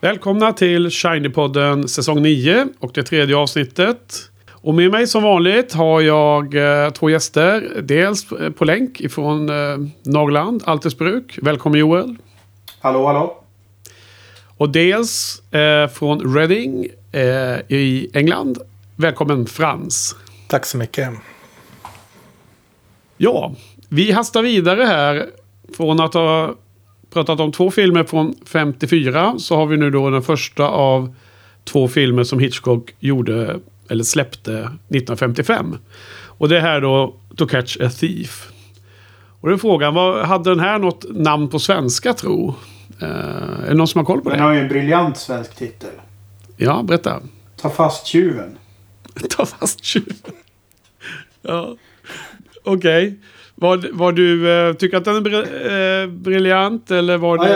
Välkomna till Shiny-podden säsong 9 och det tredje avsnittet. Och med mig som vanligt har jag två gäster. Dels på länk ifrån Norrland, Altersbruk. Välkommen Joel. Hallå, hallå. Och dels från Reading i England. Välkommen Frans. Tack så mycket. Ja, vi hastar vidare här. Från att ha pratat om två filmer från 54 så har vi nu då den första av två filmer som Hitchcock gjorde eller släppte 1955. Och det här då To Catch a Thief. Och då är frågan, hade den här något namn på svenska tro? Är det någon som har koll på det? Den har ju en briljant svensk titel. Ja, berätta. Ta fast tjuven. Ta fast tjuven. Ja, okej. Var du tycker att den är briljant eller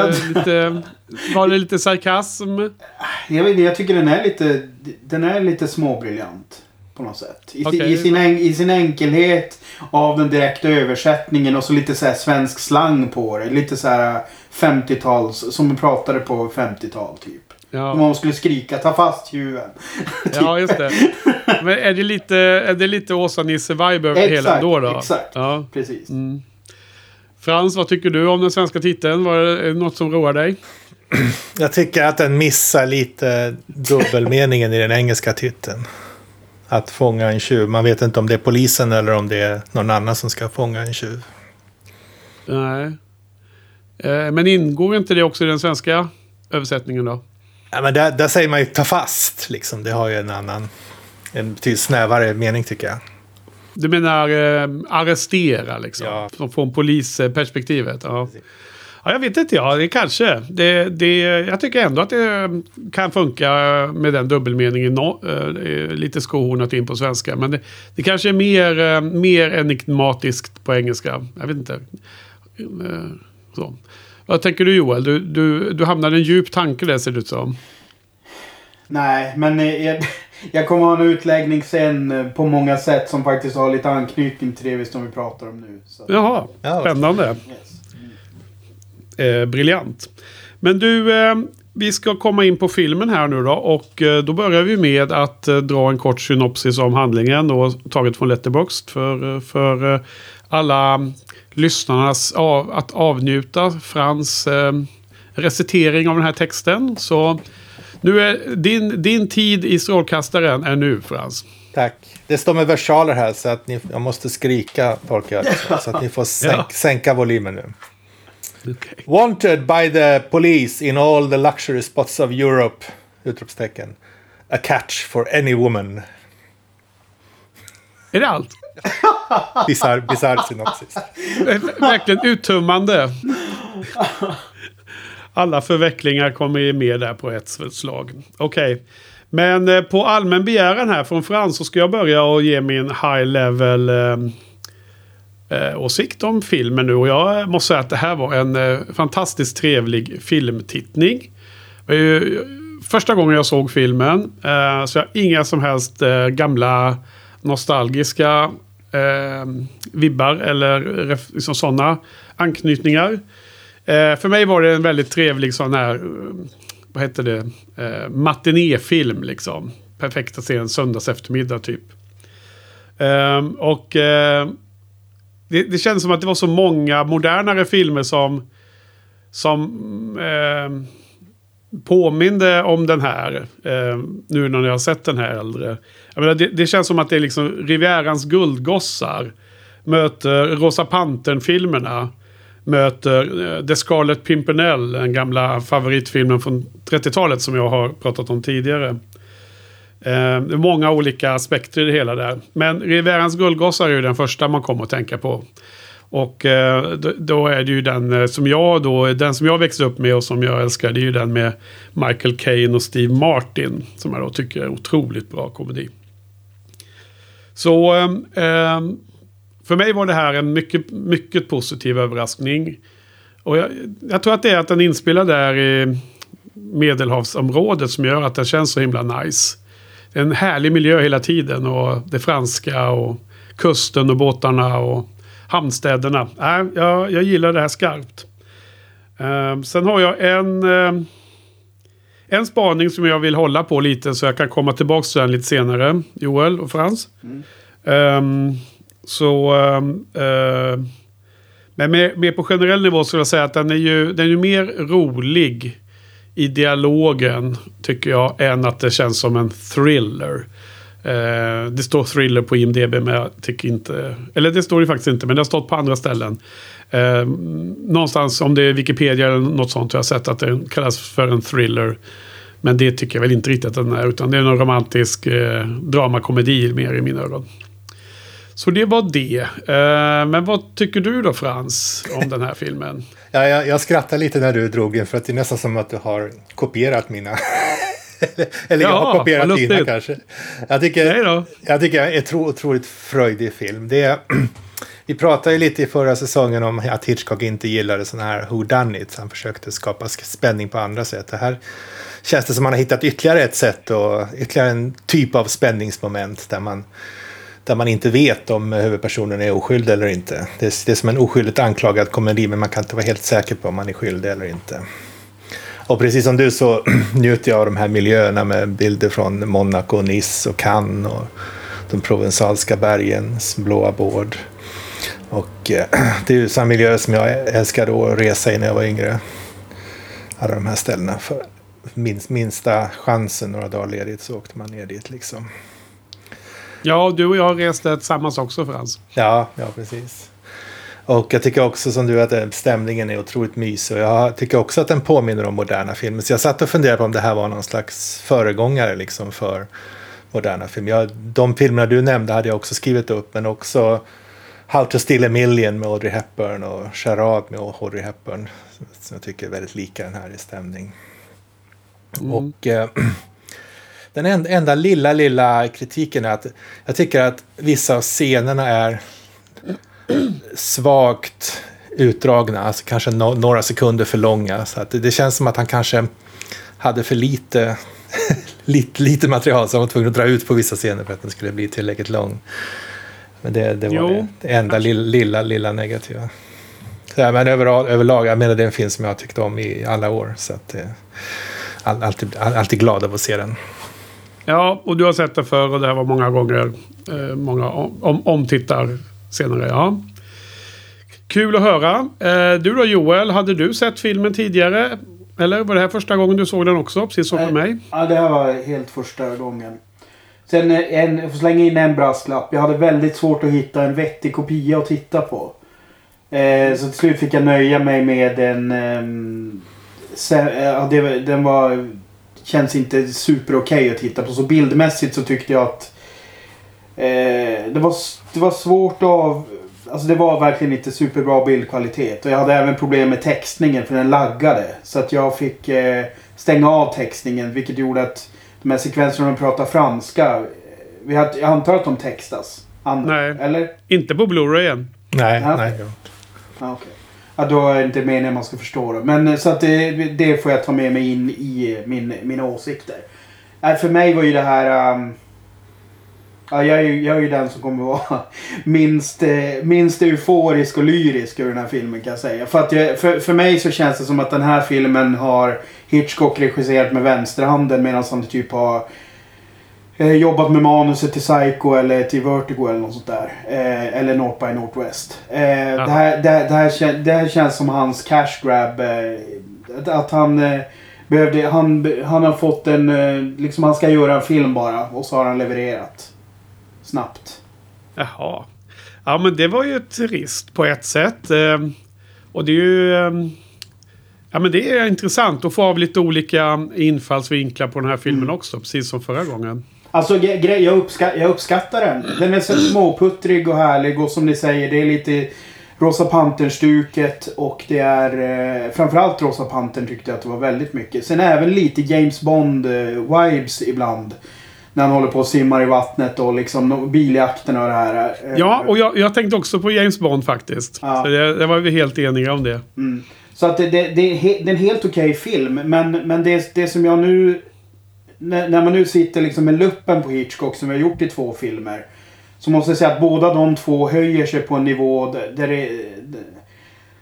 var det lite sarkasm? Jag vet inte, jag tycker den är lite småbriljant på något sätt. I sin enkelhet av den direkta översättningen och så lite så här svensk slang på det. Lite så här 50-tals som man pratade på 50-tal typ. Ja. Om man skulle skrika, ta fast tjuven. Ja, just det. Men är det lite Åsa-Nisse-vibe över hela då? Exakt, ja. Precis. Mm. Frans, vad tycker du om den svenska titeln? Var det något som roar dig? Jag tycker att den missar lite dubbelmeningen i den engelska titeln. Att fånga en tjuv. Man vet inte om det är polisen eller om det är någon annan som ska fånga en tjuv. Nej. Men ingår inte det också i den svenska översättningen då? Ja, men där säger man ju ta fast. Liksom. Det har ju en betydligt snävare mening tycker jag. Du menar arrestera liksom? Ja. Från polisperspektivet? Ja. Ja, jag vet inte, det kanske. Jag tycker ändå att det kan funka med den dubbelmeningen. Lite skohornat in på svenska. Men det kanske är mer enigmatiskt på engelska. Jag vet inte. Så. Vad tänker du Joel? Du hamnade i en djup tanke där ser det ut som. Nej, men jag kommer ha en utläggning sen på många sätt som faktiskt har lite anknytning till det vi pratar om nu. Så. Jaha, spännande. Yes. Briljant. Men du, vi ska komma in på filmen här nu då. Och då börjar vi med att dra en kort synopsis om handlingen. Och taget från Letterboxd för alla lyssnarnas att avnjuta Frans recitering av den här texten. Så nu är din tid i strålkastaren är nu, Frans. Tack. Det står med versaler här så att jag måste skrika, tolkar jag. Så att ni får sänka volymen nu. Okay. Wanted by the police in all the luxury spots of Europe. Utropstecken. A catch for any woman. Är det allt? Bizarr synopsis. Verkligen uttömmande. Alla förvecklingar kommer med där på ett slag. Okej. Men på allmän begäran här från Frans så ska jag börja och ge min high level åsikt om filmen nu. Och jag måste säga att det här var en fantastiskt trevlig filmtittning. Första gången jag såg filmen så jag har inga som helst gamla nostalgiska vibbar eller liksom sådana anknytningar. För mig var det en väldigt trevlig sån här vad heter det? Matinéfilm liksom. Perfekt att se en söndags eftermiddag typ. Det känns som att det var så många modernare filmer som påminde om den här nu när jag har sett den här äldre. Jag menar, det känns som att det är liksom Rivierans guldgossar möter Rosa Pantern-filmerna möter The Scarlet Pimpernel, den gamla favoritfilmen från 30-talet som jag har pratat om tidigare. Många olika aspekter i det hela där. Men Rivierans guldgossar är ju den första man kommer att tänka på. Och då är det ju den som jag växte upp med och som jag älskar, det är ju den med Michael Caine och Steve Martin som jag då tycker är otroligt bra komedi. Så för mig var det här en mycket, mycket positiv överraskning. Och jag tror att det är att den inspelar där i Medelhavsområdet som gör att den känns så himla nice. Det är en härlig miljö hela tiden och det franska och kusten och båtarna och hamnstäderna. Jag gillar det här skarpt. Sen har jag En spaning som jag vill hålla på lite så jag kan komma tillbaka till den lite senare, Joel och Frans. Men mer på generell nivå skulle jag säga att den är ju mer rolig i dialogen, tycker jag, än att det känns som en thriller. Det står thriller på IMDb, men jag tycker inte... Eller det står det faktiskt inte, men det har stått på andra ställen. Någonstans, om det är Wikipedia eller något sånt, har jag sett att det kallas för en thriller. Men det tycker jag väl inte riktigt att den är, utan det är en romantisk dramakomedi mer i mina ögon. Så det var det. Men vad tycker du då, Frans, om den här filmen? Ja, jag skrattar lite när du drog in, för att det är nästan som att du har kopierat mina... Eller jag har kopierat dina kanske. Jag tycker det är en otroligt fröjdig film. Vi pratade ju lite i förra säsongen om att Hitchcock inte gillade sådana här whodunits. Han försökte skapa spänning på andra sätt. Det här känns det som man har hittat ytterligare ett sätt och ytterligare en typ av spänningsmoment där man inte vet om huvudpersonen är oskyldig eller inte. Det är som en oskyldigt anklagad komedi, men man kan inte vara helt säker på om man är skyldig eller inte. Och precis som du så njuter jag av de här miljöerna med bilder från Monaco, Nice och Cannes och de provensalska bergens blåa bård. Och det är ju samma miljö som jag älskade att resa i när jag var yngre. Alla de här ställena. För minsta chansen några dagar ledigt så åkte man ner dit liksom. Ja, du och jag reste tillsammans också, Frans. Ja, precis. Och jag tycker också som du att stämningen är otroligt mysig. Och jag tycker också att den påminner om moderna filmer. Så jag satt och funderade på om det här var någon slags föregångare liksom för moderna filmer. De filmerna du nämnde hade jag också skrivit upp. Men också How to Steal a Million med Audrey Hepburn och Charade med Audrey Hepburn. Som jag tycker är väldigt lika den här i stämning. Och den enda lilla kritiken är att jag tycker att vissa av scenerna är svagt utdragna, alltså kanske några sekunder för långa, så att det känns som att han kanske hade för lite material, så han var tvungen att dra ut på vissa scener för att den skulle bli tillräckligt lång. Men det var det enda lilla negativa. Så här, men överlag, jag menar det är en film som jag har tyckt om i alla år, så att alltid glad av att se den. Ja, och du har sett det förr och det här var många gånger många omtittar senare, ja. Kul att höra. Du då, Joel, hade du sett filmen tidigare? Eller var det här första gången du såg den också, precis som för mig? Ja, det här var helt första gången. Sen jag får slänga in en brasklapp. Jag hade väldigt svårt att hitta en vettig kopia att titta på. Så till slut fick jag nöja mig med den var... Känns inte super okej att titta på. Så bildmässigt så tyckte jag att det var svårt av... Alltså det var verkligen inte superbra bildkvalitet. Och jag hade även problem med textningen för den laggade. Så att jag fick stänga av textningen, vilket gjorde att de här sekvenserna de pratar franska, jag antar att de textas. Nej, eller? Inte på Blu-ray. Nej. Okej. Ja, då är det inte meningen man ska förstå det. Men så att det får jag ta med mig in i mina åsikter. För mig var ju det här... jag är ju den som kommer vara minst euforisk och lyrisk i den här filmen, kan jag säga. För, att för mig så känns det som att den här filmen har Hitchcock regisserat med vänsterhanden, medan han typ har jobbat med manuset till Psycho eller till Vertigo eller något sånt där. Eller North by Northwest. Det här känns som hans cash grab. Att han har fått liksom han ska göra en film bara, och så har han levererat snabbt. Jaha. Ja, men det var ju trist på ett sätt. Och det är ju... Ja, men det är intressant att få av lite olika infallsvinklar på den här filmen också, precis som förra gången. Alltså, jag uppskattar den. Den är så småputtrig och härlig, och som ni säger, det är lite Rosa Pantern-stuket, och det är framförallt Rosa Pantern tyckte jag att det var väldigt mycket. Sen även lite James Bond-vibes ibland. När han håller på och simmar i vattnet och liksom biljakterna och det här. Ja, och jag tänkte också på James Bond faktiskt. Ja. Så det var vi helt eniga om det. Mm. Så att det är en helt okej film. Men det som jag nu... När man nu sitter liksom med luppen på Hitchcock som vi har gjort i 2 filmer, så måste jag säga att båda de två höjer sig på en nivå där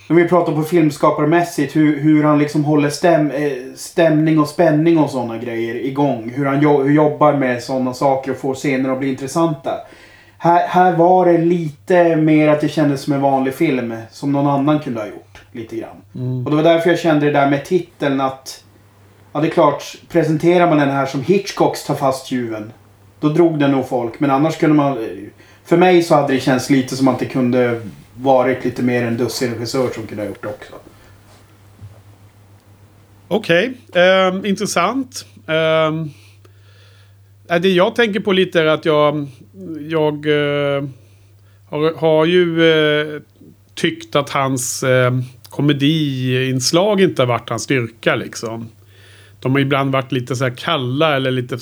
När vi pratar på filmskaparmässigt, hur han liksom håller stämning och spänning och sådana grejer igång. Hur han jobbar med sådana saker och får scener att bli intressanta. Här var det lite mer att det kändes som en vanlig film som någon annan kunde ha gjort. Lite grann. Och det var därför jag kände det där med titeln att... Ja, det är klart, presenterar man den här som Hitchcocks tar fast tjuven, då drog den nog folk. Men annars kunde man... För mig så hade det känts lite som att det kunde varit lite mer en dussin regissör som kunde ha gjort det också. Okej, intressant. Det jag tänker på lite är att jag har ju tyckt att hans komediinslag inte har varit hans styrka liksom. De har ibland varit lite så här kalla eller lite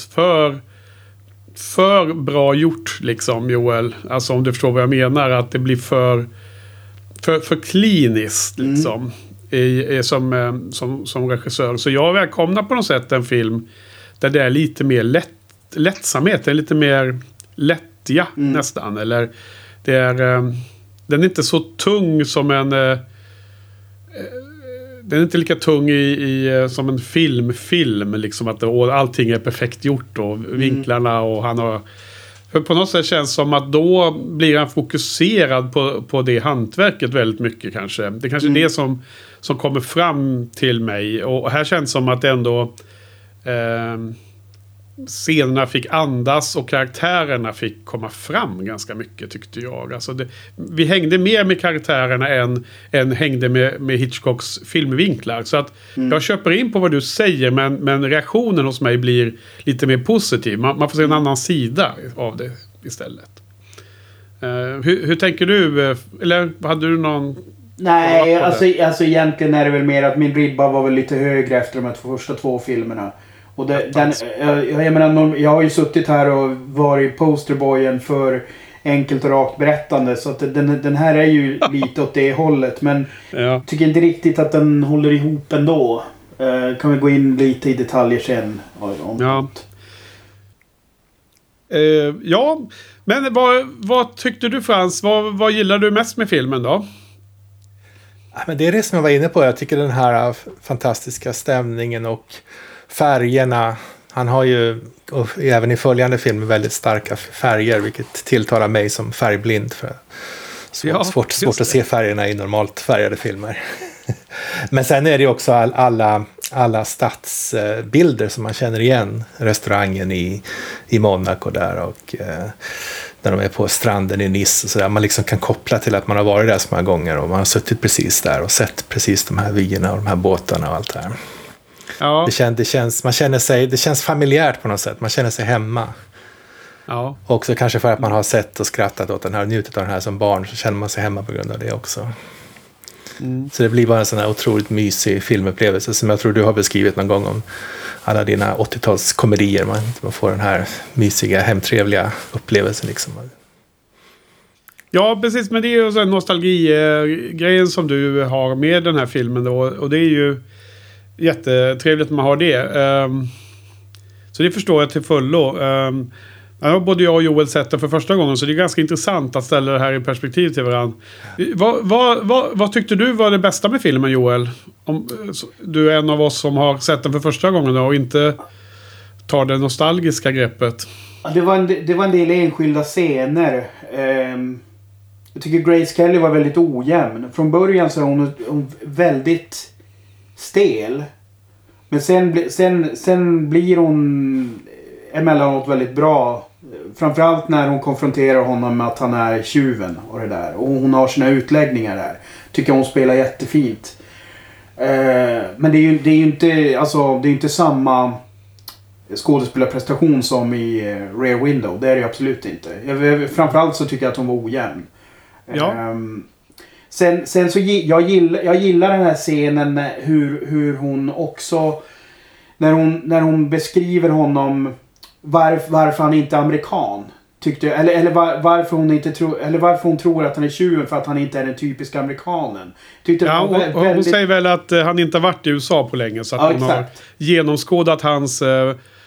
för bra gjort liksom, Joel. Alltså om du förstår vad jag menar, att det blir för kliniskt liksom som regissör. Så jag välkomnar på något sätt en film där det är lite mer lättsamhet, det är lite mer lättja nästan, eller det är den är inte så tung som en den är inte lika tung som en film liksom, att allting är perfekt gjort och vinklarna och han har... För på något sätt känns som att då blir han fokuserad på det hantverket väldigt mycket kanske. Det är kanske det som kommer fram till mig. Och här känns som att ändå scenerna fick andas och karaktärerna fick komma fram ganska mycket, tyckte jag. Alltså vi hängde mer med karaktärerna än hängde med Hitchcocks filmvinklar. Så att jag köper in på vad du säger, men reaktionen hos mig blir lite mer positiv. Man får se en annan sida av det istället. Hur tänker du? Eller hade du någon... Nej, alltså egentligen är det väl mer att min ribba var väl lite högre efter de här första 2 filmerna. Och jag menar, jag har ju suttit här och varit posterboyen för enkelt och rakt berättande, så att den här är ju lite åt det hållet, men jag tycker inte riktigt att den håller ihop ändå. Kan vi gå in lite i detaljer sen om ja, men vad tyckte du, Frans? Vad gillar du mest med filmen då? Men det är det som jag var inne på. Jag tycker den här fantastiska stämningen och färgerna. Han har ju även i följande filmer väldigt starka färger, vilket tilltalar mig som färgblind. För svårt att se färgerna i normalt färgade filmer. Men sen är det också alla stadsbilder som man känner igen. Restaurangen i Monaco där, och när de är på stranden i Nice och så där. Man liksom kan koppla till att man har varit där så många gånger och man har suttit precis där och sett precis de här vyerna och de här båtarna och allt det här. Ja. Det känns familjärt på något sätt. Man känner sig hemma. Ja. Också kanske för att man har sett och skrattat åt den här och njutit av den här som barn, så känner man sig hemma på grund av det också. Så det blir bara en sån här otroligt mysig filmupplevelse som jag tror du har beskrivit någon gång om alla dina 80-talskomedier. Man får den här mysiga, hemtrevliga upplevelsen liksom. Ja, precis. Men det är ju en nostalgi-grejen som du har med den här filmen då, och det är ju jättetrevligt att man har det. Så det förstår jag till fullo. Både jag och Joel sett det för första gången, så det är ganska intressant att ställa det här i perspektiv till varandra. Vad tyckte du var det bästa med filmen, Joel? Om du är en av oss som har sett den för första gången då, och inte tar det nostalgiska greppet. Det var en del enskilda scener. Jag tycker Grace Kelly var väldigt ojämn. Från början så är hon väldigt stel. Men sen blir hon emellanåt väldigt bra. Framförallt när hon konfronterar honom med att han är tjuven och det där. Och hon har sina utläggningar där. Tycker hon spelar jättefint. Men det är ju inte samma skådespelarprestation som i Rear Window. Det är det absolut inte. Framförallt så tycker jag att hon var ojämn. Ja. Sen så jag gillar den här scenen hur hon också när hon beskriver honom varför han inte är amerikan, tyckte jag, eller varför hon inte tror, eller varför hon tror att han är tjuven för att han inte är den typiska amerikanen. Hon säger väl att han inte har varit i USA på länge, så att hon har genomskådat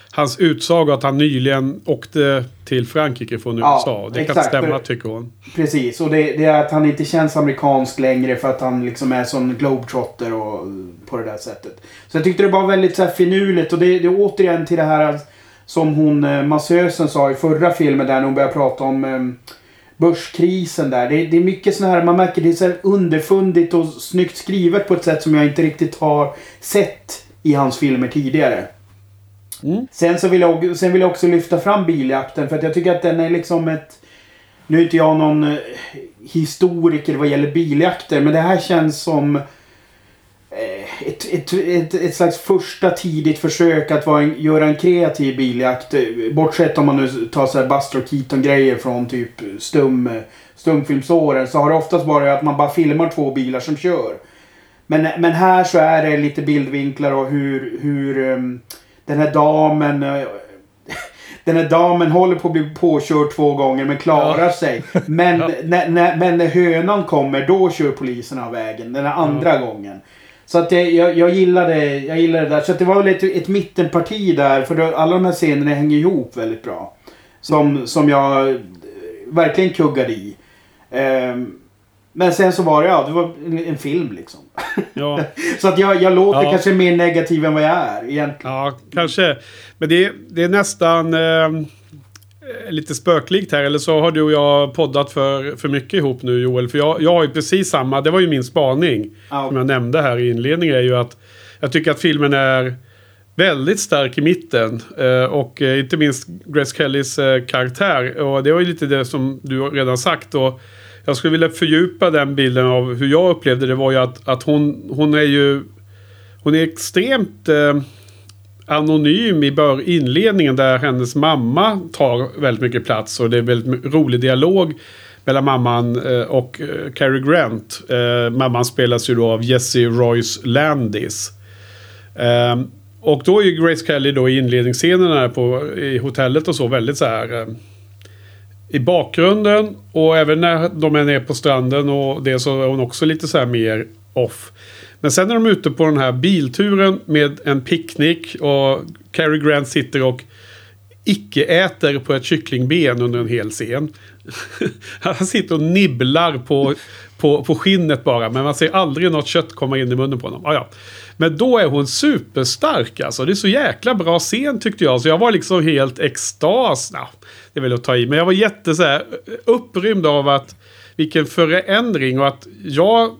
hans utsaga att han nyligen åkte till Frankrike från USA. Ja, det kan inte stämma, tycker hon. Precis, och det är att han inte känns amerikansk längre för att han liksom är sån globetrotter och på det där sättet. Så jag tyckte det var väldigt så här finurligt, och det är återigen till det här som hon massösen sa i förra filmen där när hon började prata om börskrisen där. Det är mycket sån här, man märker det är så här underfundigt och snyggt skrivet på ett sätt som jag inte riktigt har sett i hans filmer tidigare. Sen vill jag också lyfta fram Biljakten, för att jag tycker att den är liksom nu är inte jag någon historiker vad gäller biljakter, men det här känns som ett slags första tidigt försök att göra en kreativ biljakt, bortsett om man nu tar så här Buster Keaton-grejer från typ stumfilmsåren, så har det oftast varit att man bara filmar 2 bilar som kör. Men här så är det lite bildvinklar och hur den här damen håller på att bli påkörd 2 gånger men klarar sig. Men när hönan kommer, då kör polisen av vägen den här andra gången. Så att jag gillade det där. Så att det var väl ett mittenparti där, för alla de här scenerna hänger ihop väldigt bra. Som jag verkligen kuggade i. Men sen så var det var en film liksom. Ja. Så att jag låter kanske mer negativ än vad jag är egentligen. Ja, kanske. Men det är nästan lite spöklikt här. Eller så har du och jag poddat för mycket ihop nu, Joel. För jag har ju precis samma. Det var ju min spaning. Som jag nämnde här i inledningen. Är ju att jag tycker att filmen är väldigt stark i mitten. Och inte minst Grace Kellys karaktär. Och det var ju lite det som du redan sagt. Och jag skulle vilja fördjupa den bilden av hur jag upplevde det. Var ju att hon är extremt anonym i inledningen, där hennes mamma tar väldigt mycket plats. Och det är väldigt rolig dialog mellan mamman och Cary Grant. Mamman spelas ju då av Jessie Royce Landis. Och då är ju Grace Kelly då i inledningsscenerna i hotellet och så väldigt så här i bakgrunden, och även när de är nere på stranden och det, så är hon också lite så här mer off. Men sen när de är ute på den här bilturen med en picknick och Cary Grant sitter och icke äter på ett kycklingben under en hel scen. Han sitter och nibblar på skinnet bara, men man ser aldrig något kött komma in i munnen på honom. Ja. Men då är hon superstark alltså. Det är så jäkla bra scen tyckte jag. Så jag var liksom helt extas. Det är väl att ta i. Men jag var så här upprymd av att vilken förändring, och att jag...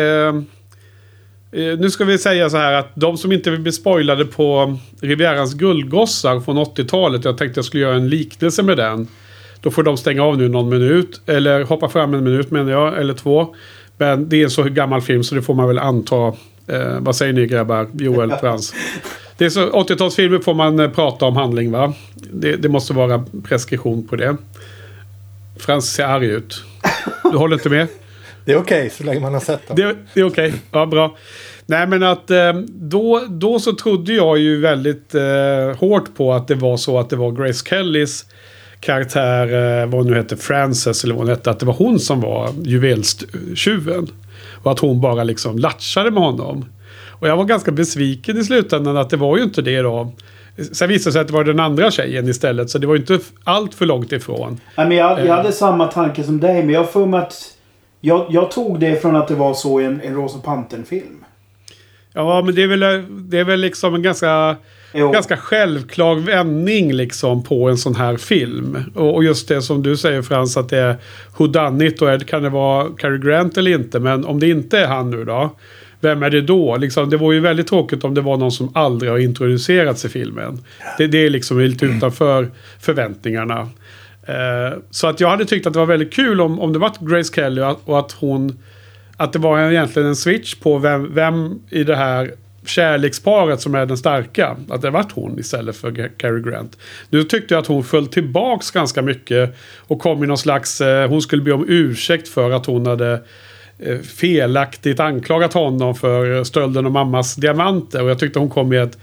nu ska vi säga så här att de som inte vill bli spoilade på Rivierans guldgossar från 80-talet, jag tänkte jag skulle göra en liknelse med den. Då får de stänga av nu någon minut, eller hoppa fram en minut menar jag, eller 2. Men det är en så gammal film så det får man väl anta. Vad säger ni grabbar? Joel, Frans. Det är så 80-talsfilmer får man prata om handling, va? Det måste vara preskrition på det. Frans ser arg ut. Du håller inte med? Det är okej, så länge man har sett dem. Det är okej. Ja, bra. Nej, men att då så trodde jag ju väldigt hårt på att det var så att det var Grace Kellys karaktär, vad hon nu heter, Frances eller vad hon hette, att det var hon som var juveltjuven. Och att hon bara liksom latchade med honom. Och jag var ganska besviken i slutändan att det var ju inte det då. Sen visade det sig att det var den andra tjejen istället. Så det var ju inte allt för långt ifrån. Nej, men jag hade samma tanke som dig. Men jag får med att jag tog det från att det var så i en Rosa Pantern-film. Ja, men det är väl liksom en ganska självklar vändning liksom på en sån här film. Och just det som du säger, Frans, att det är whodunit, och kan det vara Cary Grant eller inte. Men om det inte är han nu då, vem är det då? Liksom, det var ju väldigt tråkigt om det var någon som aldrig har introducerats i filmen. Det är liksom lite utanför förväntningarna. Så att jag hade tyckt att det var väldigt kul om det var Grace Kelly och att det var egentligen en switch på vem i det här kärleksparet som är den starka. Att det var hon istället för Cary Grant. Nu tyckte jag att hon föll tillbaks ganska mycket och kom i någon slags... hon skulle be om ursäkt för att hon hade felaktigt anklagat honom för stölden av mammas diamanter. Och jag tyckte hon kom i ett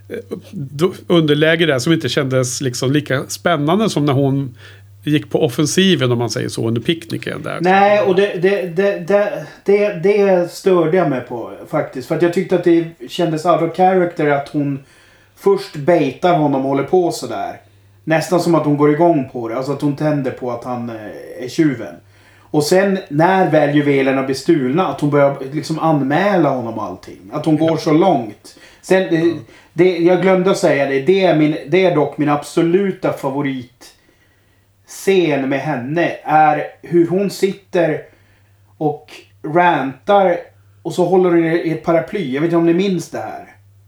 underläge där som inte kändes liksom lika spännande som när hon gick på offensiven, om man säger så, under picknicken där. Nej, och det störde jag mig på faktiskt. För att jag tyckte att det kändes out of character att hon först baitar honom och håller på sådär. Nästan som att hon går igång på det. Alltså att hon tänder på att han är tjuven. Och sen när väl juvelerna blir stulna, att hon börjar liksom anmäla honom allting. Att hon går så långt. Sen, jag glömde att säga det. Det är dock min absoluta favoritscen med henne. Är hur hon sitter och rantar. Och så håller hon i ett paraply. Jag vet inte om ni minns det här.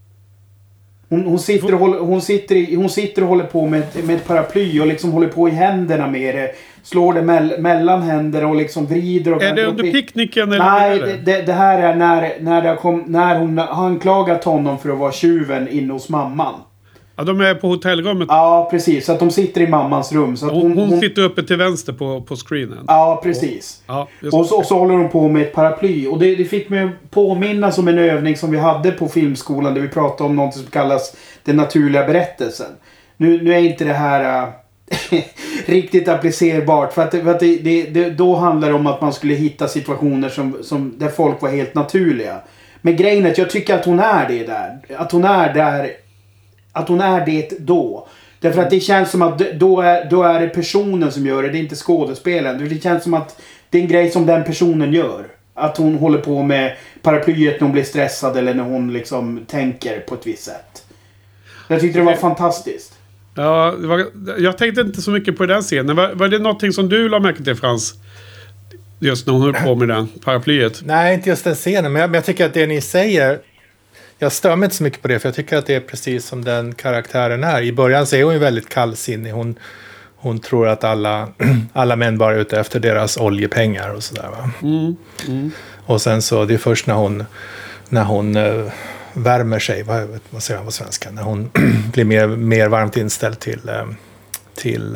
Hon sitter och håller på med ett paraply och liksom håller på i händerna med det. Slår det mellan händerna och liksom vrider. Och är det under picknicken? Eller nej, det här är när hon har anklagat honom för att vara tjuven inne hos mamman. Ja, de är på hotellrummet. Ja, precis. Så att de sitter i mammans rum. Så att hon sitter uppe till vänster på screenen. Ja, precis. Och så håller hon på med ett paraply. Och det fick mig påminna som en övning som vi hade på filmskolan. Där vi pratade om något som kallas den naturliga berättelsen. Nu är inte det här riktigt applicerbart. För att då handlar det om att man skulle hitta situationer som där folk var helt naturliga. Men grejen är att jag tycker att hon är det där. Att hon är där. Att hon är det då. Därför att det känns som att då är det personen som gör det. Det är inte skådespelaren. Det känns som att det är en grej som den personen gör. Att hon håller på med paraplyet när hon blir stressad. Eller när hon liksom tänker på ett visst sätt. Jag tyckte det var fantastiskt. Ja, jag tänkte inte så mycket på den scenen. Var det någonting som du la märke till, Frans? Just när hon höll på med den paraplyet. Nej, inte just den scenen. Men jag tycker att det ni säger... Jag stör mig inte så mycket på det, för jag tycker att det är precis som den karaktären är. I början så är hon ju väldigt kallsinnig. Hon tror att alla män bara är ute efter deras oljepengar och sådär, va? Och sen så, det är först när hon värmer sig, vad säger man på svenska? När hon blir mer varmt inställd till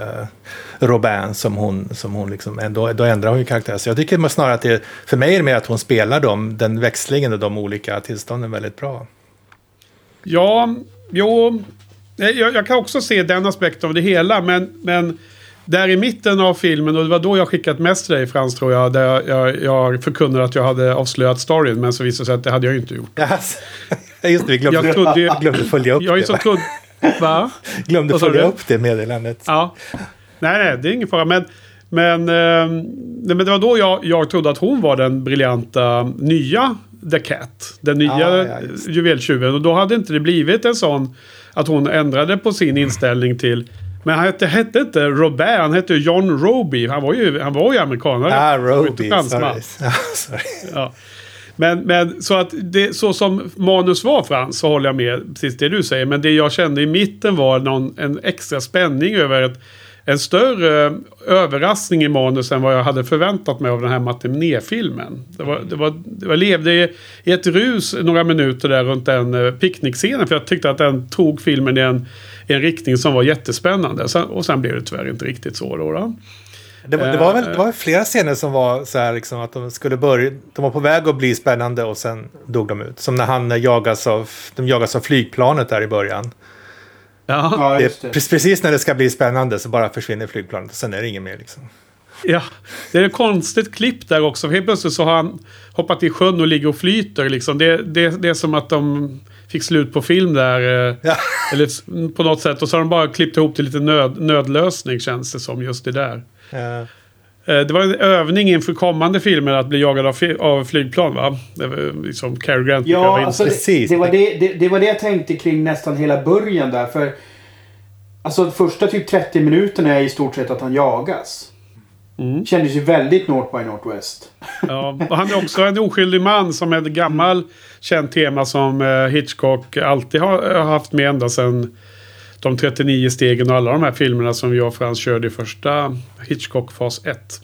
Robin som hon liksom, då ändrar hon ju karaktär. Så jag tycker snarare att det, för mig är det mer att hon spelar den växlingen och de olika tillstånden väldigt bra. Ja, jag kan också se den aspekten av det hela, men där i mitten av filmen, och det var då jag skickat mest till dig, Frans, tror jag, där jag förkunnade att jag hade avslöjat storyn, men så visade sig att det hade jag inte gjort. Yes. Just det, vi glömde följa upp det. Va? Glömde följa upp det meddelandet. Ja. Nej, det är ingen fara. Men det var då jag trodde att hon var den briljanta nya The Cat. Den nya juveltjuven. Och då hade inte det blivit en sån att hon ändrade på sin inställning till... Men han hette inte Robin, han hette John Roby. Han var ju amerikanare. Roby. Sorry. Ja. Men så att det, så som manus var, Frans, så håller jag med precis det du säger. Men det jag kände i mitten var en extra spänning över en större överraskning i manus än vad jag hade förväntat mig av den här matinéfilmen. Jag levde i ett rus några minuter där runt den picknickscenen, för jag tyckte att den tog filmen i en riktning som var jättespännande. Och sen blev det tyvärr inte riktigt så då. Det var flera scener som var så här liksom, att de var på väg att bli spännande och sen dog de ut. Som när han jagas av flygplanet där i början. Ja, just det. Precis när det ska bli spännande så bara försvinner flygplanet och sen är det ingen mer liksom. Ja, det är ett konstigt klipp där också. Helt plötsligt så har han hoppat i sjön och ligger och flyter liksom. Det är som att de fick slut på film där. Eller på något sätt. Och så har de bara klippt ihop till lite nödlösning, känns det som, just det där. Ja. Det var en övning inför kommande filmer att bli jagad av flygplan, va? Det var liksom Cary Grant. Ja, alltså det var det jag tänkte kring nästan hela början där. För alltså första typ 30 minuterna är i stort sett att han jagas. Kändes ju väldigt North by Northwest. Ja, och han är också en oskyldig man som är ett gammal känt tema som Hitchcock alltid har haft med ända sedan de 39 stegen och alla de här filmerna som jag och Frans körde i första Hitchcock fas 1.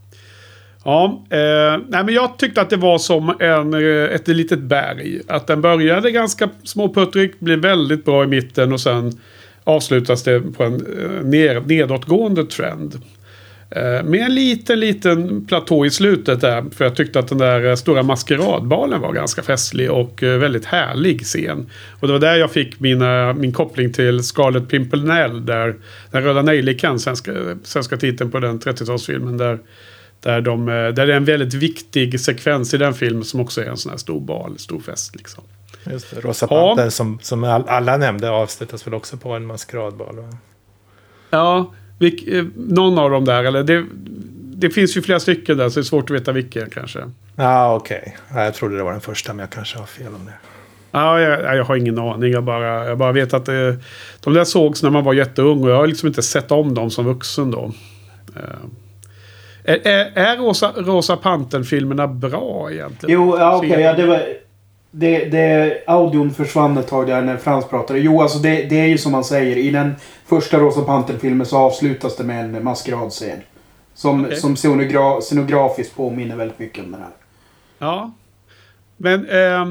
Ja, nej, men jag tyckte att det var som ett litet berg. Att den började ganska småputtrig, blev väldigt bra i mitten och sen avslutas det på en nedåtgående trend. Med en liten platå i slutet där. För jag tyckte att den där stora maskeradbalen var ganska festlig och väldigt härlig scen. Och det var där jag fick min koppling till Scarlet Pimpernel, där den röda nejlikan, svenska titeln på den 30-talsfilmen, där det är en väldigt viktig sekvens i den filmen som också är en sån här stor fest liksom. Just det, Rosa Pantern som alla nämnde avslutas väl också på en maskeradbal. Va? Ja, någon av dem där. Eller det finns ju flera stycken där så det är svårt att veta vilken kanske. Ja, okej. Ja, jag trodde det var den första men jag kanske har fel om det. Ja, jag har ingen aning. Jag bara vet att de där sågs när man var jätteung och jag har liksom inte sett om dem som vuxen då. Är Rosa Pantern-filmerna bra egentligen? Jo, ja, okej. Ja, det var... audion försvann ett tag där när Frans pratade. Jo, alltså det är ju som man säger. I den första Rosa Pantern-filmen så avslutas det med en maskeradscen. Som scenografiskt påminner väldigt mycket om den här. Ja. Men...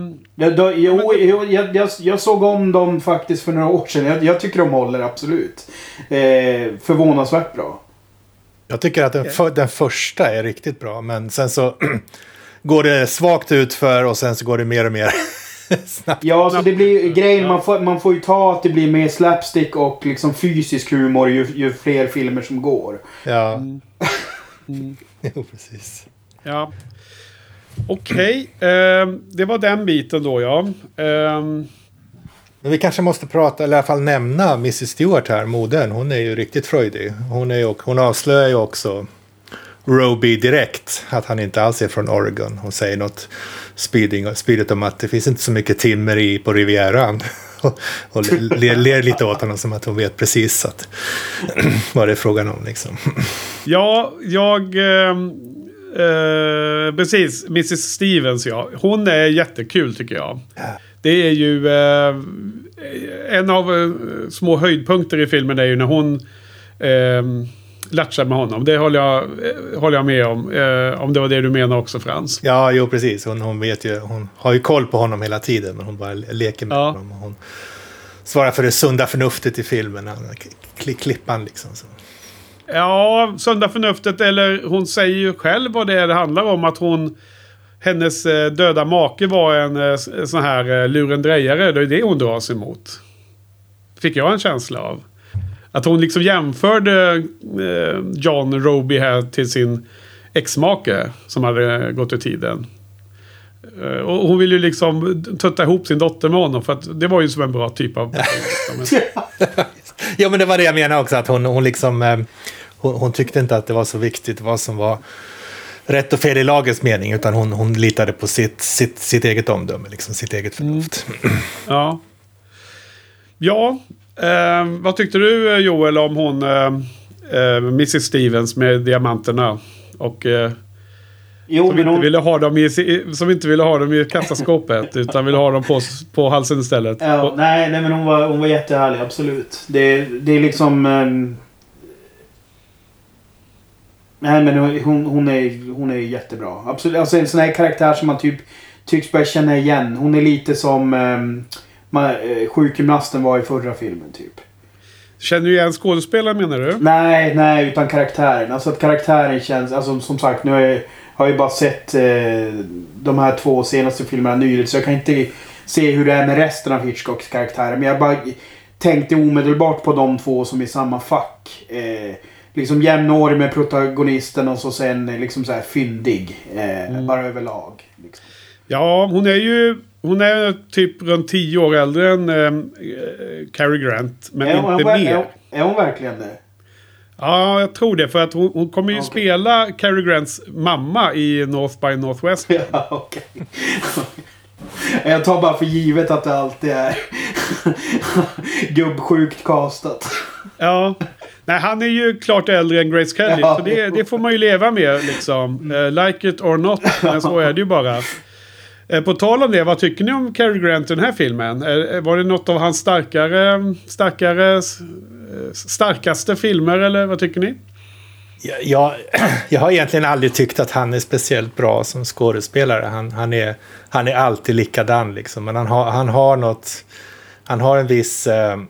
Jag såg om dem faktiskt för några år sedan. Jag tycker de håller absolut. Förvånansvärt bra. Jag tycker att den första är riktigt bra. Men sen så går det svagt ut för och sen så går det mer och mer snabbt. Ja, så det blir grejen. Man får ju ta att det blir mer slapstick och liksom fysisk humor ju fler filmer som går. Ja. Jo, precis. Ja. Okej, det var den biten då, ja. Men vi kanske måste prata, eller i alla fall nämna Mrs. Stewart här, modern. Hon är ju riktigt fröjdig. Hon avslöjar ju också Roby direkt att han inte alls är från Oregon. Hon säger något spydigt om att det finns inte så mycket timmer på Rivieran. och ler lite åt honom som att hon vet precis vad det är frågan om liksom. Ja, precis, Mrs. Stevens, ja. Hon är jättekul tycker jag. Det är ju en av små höjdpunkter i filmen är ju när hon latchar med honom. Det håller jag med om det var det du menar också, Frans. Ja, jo precis. Hon vet ju, hon har ju koll på honom hela tiden men hon bara leker med honom och hon svarar för det sunda förnuftet i filmen. Klippan liksom så. Ja, sunda förnuftet, eller hon säger ju själv vad det handlar om, att hennes döda make var en sån här lurendrejare. Det är det hon dras emot. Fick jag en känsla av. Att hon liksom jämförde John Roby här till sin exmake som hade gått ur tiden. Och hon ville ju liksom tutta ihop sin dotter med honom för att det var ju som en bra typ av... Ja, men det var det jag menade också, att hon liksom... Hon tyckte inte att det var så viktigt vad som var rätt och fel i lagets mening, utan hon litade på sitt eget omdöme, liksom, sitt eget förnuft. Ja, vad tyckte du, Joel, om hon Mrs. Stevens med diamanterna och som inte ville ha dem i kassaskåpet utan ville ha dem på halsen istället. Ja, nej, men hon var jättehärlig, absolut. Det är liksom nej, men hon är jättebra. Absolut. Alltså en sån här karaktär som man tycks börja känna igen. Hon är lite som sjukgymnasten var i förra filmen typ. Känner du igen skådespelaren, menar du? Nej, utan karaktären. Alltså att karaktären känns, alltså som sagt, nu har jag bara sett de här 2 senaste filmerna nyligen, så jag kan inte se hur det är med resten av Hitchcocks karaktärer, men jag bara tänkte omedelbart på de 2 som är i samma fack. Liksom jämnårig med protagonisten och så sen liksom så här fyndig bara överlag liksom. Ja, hon är typ runt 10 år äldre än Cary Grant, men inte mer. Är hon verkligen det? Ja, jag tror det, för att hon kommer ju spela Cary Grants mamma i North by Northwest. Ja, okej. Jag tar bara för givet att det alltid är gubbsjukt castat. Ja. Nej, han är ju klart äldre än Grace Kelly. Ja, så det får man ju leva med liksom. Like it or not. Men så är det ju bara. På tal om det, vad tycker ni om Cary Grant i den här filmen? Var det något av hans starkaste filmer, eller vad tycker ni? Jag har egentligen aldrig tyckt att han är speciellt bra som skådespelare. Han är alltid likadan liksom. Men han har en viss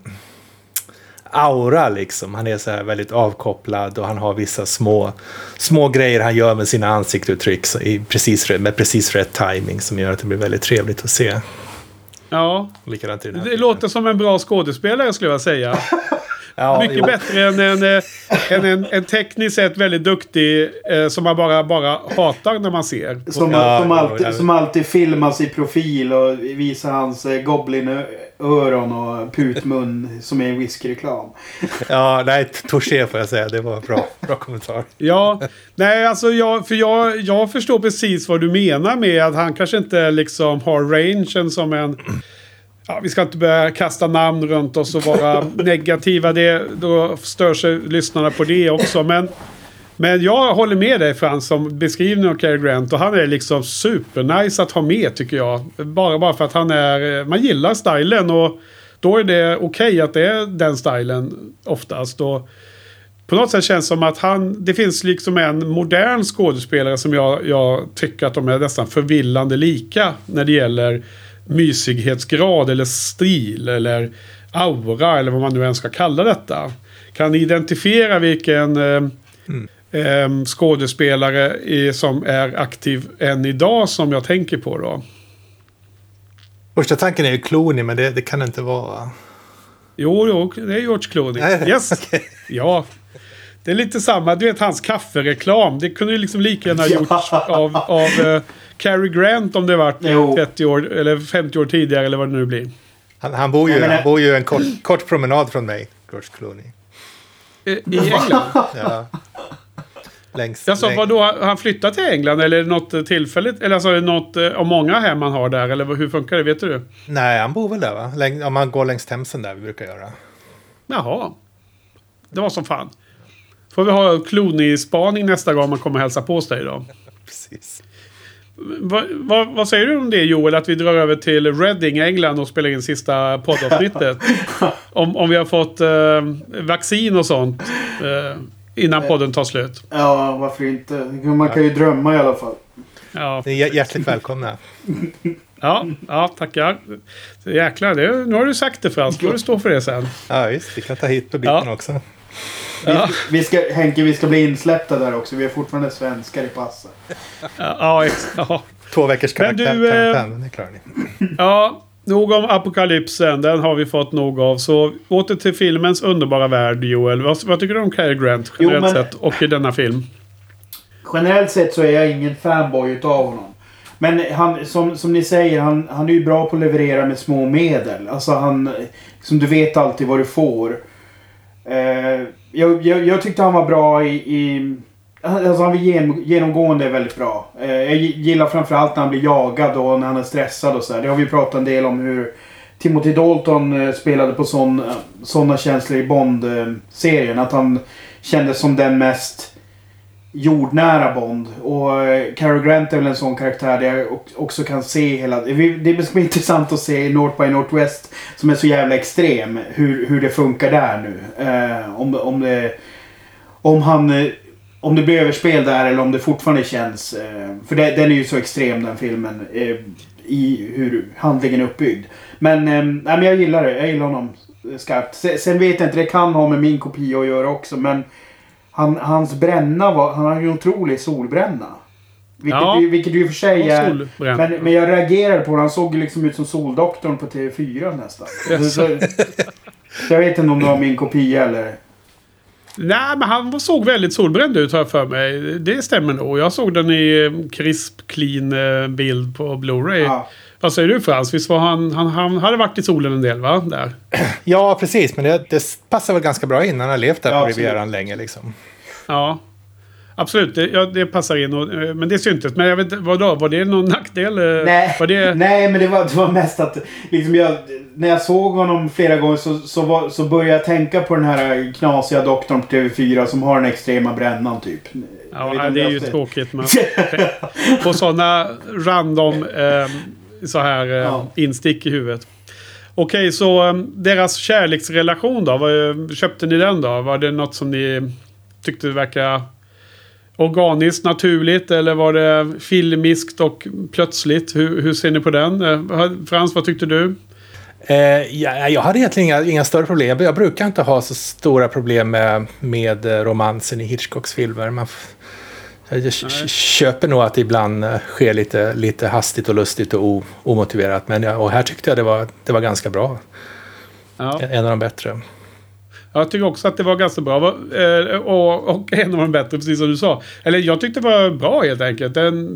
aura liksom. Han är så här väldigt avkopplad och han har vissa små grejer han gör med sina ansiktsuttryck med precis rätt timing som gör att det blir väldigt trevligt att se. Ja, det låter som en bra skådespelare, skulle jag säga. Mycket bättre än en tekniskt sett väldigt duktig som man bara hatar när man ser. Som alltid filmas i profil och visar hans goblin-öron och putmun som är en whiskyreklam. Ja, nej, touché får jag säga. Det var bra kommentar. Ja, nej alltså jag förstår precis vad du menar med att han kanske inte liksom har rangen som en... Ja, vi ska inte börja kasta namn runt oss och vara negativa. Då stör sig lyssnarna på det också. Men jag håller med dig, Frans, som beskrivning av Cary Grant. Och han är liksom supernice att ha med, tycker jag. Bara för att man gillar stilen. Och då är det okej att det är den stilen oftast. Och på något sätt känns det som att det finns liksom en modern skådespelare som jag tycker att de är nästan förvillande lika när det gäller mysighetsgrad eller stil eller aura eller vad man nu än ska kalla detta. Kan ni identifiera vilken skådespelare som är aktiv än idag som jag tänker på då? Första tanken är ju Clooney, men det kan inte vara... Jo, det är George Clooney. Yes. Okay. Ja. Det är lite samma, du vet hans kaffereklam. Det kunde ju liksom lika gärna gjorts av Cary Grant om det varit 30 år eller 50 år tidigare eller vad det nu blir. Han bor ju en kort promenad från mig, George Clooney. I England? Ja. Vadå, har han flyttat till England eller något tillfälligt? Eller alltså något av många hem man har där? Eller hur funkar det, vet du? Nej, han bor väl där, va? Om man går längs Themsen där vi brukar göra. Jaha. Det var som fan. Får vi ha Clooney-spaning nästa gång man kommer hälsa på sig då? Precis. Vad säger du om det, Joel? Att vi drar över till Reading, England och spelar in sista poddavsnittet. om vi har fått vaccin och sånt innan podden tar slut. Ja, varför inte? Man kan ju drömma i alla fall. Ja. Det är hjärtligt välkomna. Ja, tackar. Jäklar, nu har du sagt det, Frans. Då får du stå för det sen. Ja, visst. Vi kan ta hit publiken också. Vi ska bli insläppta där också. Vi är fortfarande svenskar i passen. Ja. 2 veckors karantän, det klarar ni. Ja, nog om apokalypsen. Den har vi fått nog av. Så åter till filmens underbara värld, Joel. Vad tycker du om Cary Grant generellt sett och i denna film? Generellt sett så är jag ingen fanboy utav honom. Men han, som ni säger, han är ju bra på att leverera med små medel. Alltså som du vet alltid vad du får. Jag tyckte han var bra alltså han var genomgående väldigt bra. Jag gillar framförallt när han blir jagad och när han är stressad och så här. Det har vi pratat en del om hur Timothy Dalton spelade på sådana känslor i Bond-serien. Att han kändes som den mest jordnära Bond. Och Cary Grant är väl en sån karaktär där jag också kan se hela... Det ska bli intressant att se North by Northwest som är så jävla extrem. Hur det funkar där nu. Om det blir överspel där eller om det fortfarande känns... För den är ju så extrem, den filmen. I hur handlingen är uppbyggd. Men jag gillar det. Jag gillar honom skarpt. Sen vet jag inte, det kan ha med min kopia att göra också. Men hans bränna han har ju en otrolig solbränna. Vilket ju för sig är... Men jag reagerade på det. Han såg liksom ut som Soldoktorn på TV4 nästan. Så jag vet inte om det var min kopia eller... Nej, men han såg väldigt solbränd ut, har jag för mig. Det stämmer nog. Jag såg den i crisp, clean bild på Blu-ray. Ja. Vad säger du, Frans? Visst var han hade varit i solen en del, va? Där. Ja, precis. Men det passar väl ganska bra in. Han har levt där på Rivieran länge, liksom. Ja, absolut. Det passar in. Men det syntes. Men jag vet inte, vadå? Var det någon nackdel? Nej, men det var mest att liksom när jag såg honom flera gånger så började jag tänka på den här knasiga doktorn på TV4 som har den extrema brännan typ. Ja, det är ju tråkigt. Men på sådana random så här instick i huvudet. Okej, så deras kärleksrelation då? Köpte ni den då? Var det något som ni tyckte verkar organiskt, naturligt, eller var det filmiskt och plötsligt? Hur ser ni på den? Frans, vad tyckte du? Jag hade egentligen inga större problem. Jag brukar inte ha så stora problem med romansen i Hitchcocks filmer. Jag köper nog att det ibland sker lite hastigt och lustigt och omotiverat. Och här tyckte jag det var ganska bra. Ja. En av de bättre. Jag tycker också att det var ganska bra. Och en av de bättre, precis som du sa. Eller jag tyckte det var bra helt enkelt.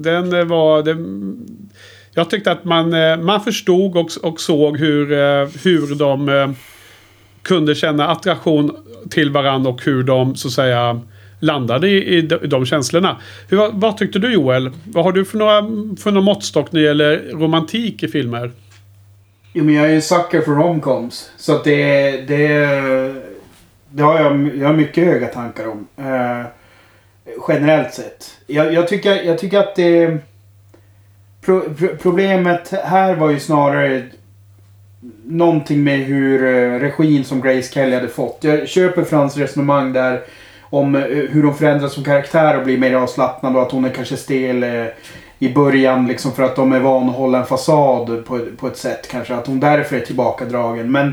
Jag tyckte att man förstod och såg hur de kunde känna attraktion till varandra och hur de så att säga landade i de känslorna. Vad tyckte du, Joel? Vad har du för någon måttstock när det gäller romantik i filmer? Jo, men jag är ju sucker för romcoms. Så att det har jag mycket höga tankar om. Generellt sett. Jag tycker att det... Problemet här var ju snarare någonting med hur regin som Grace Kelly hade fått. Jag köper Frans resonemang där om hur de förändras som karaktär och blir mer avslappnad och att hon är kanske stel i början liksom för att de är van att hålla en fasad på ett sätt. Kanske att hon därför är tillbakadragen. Men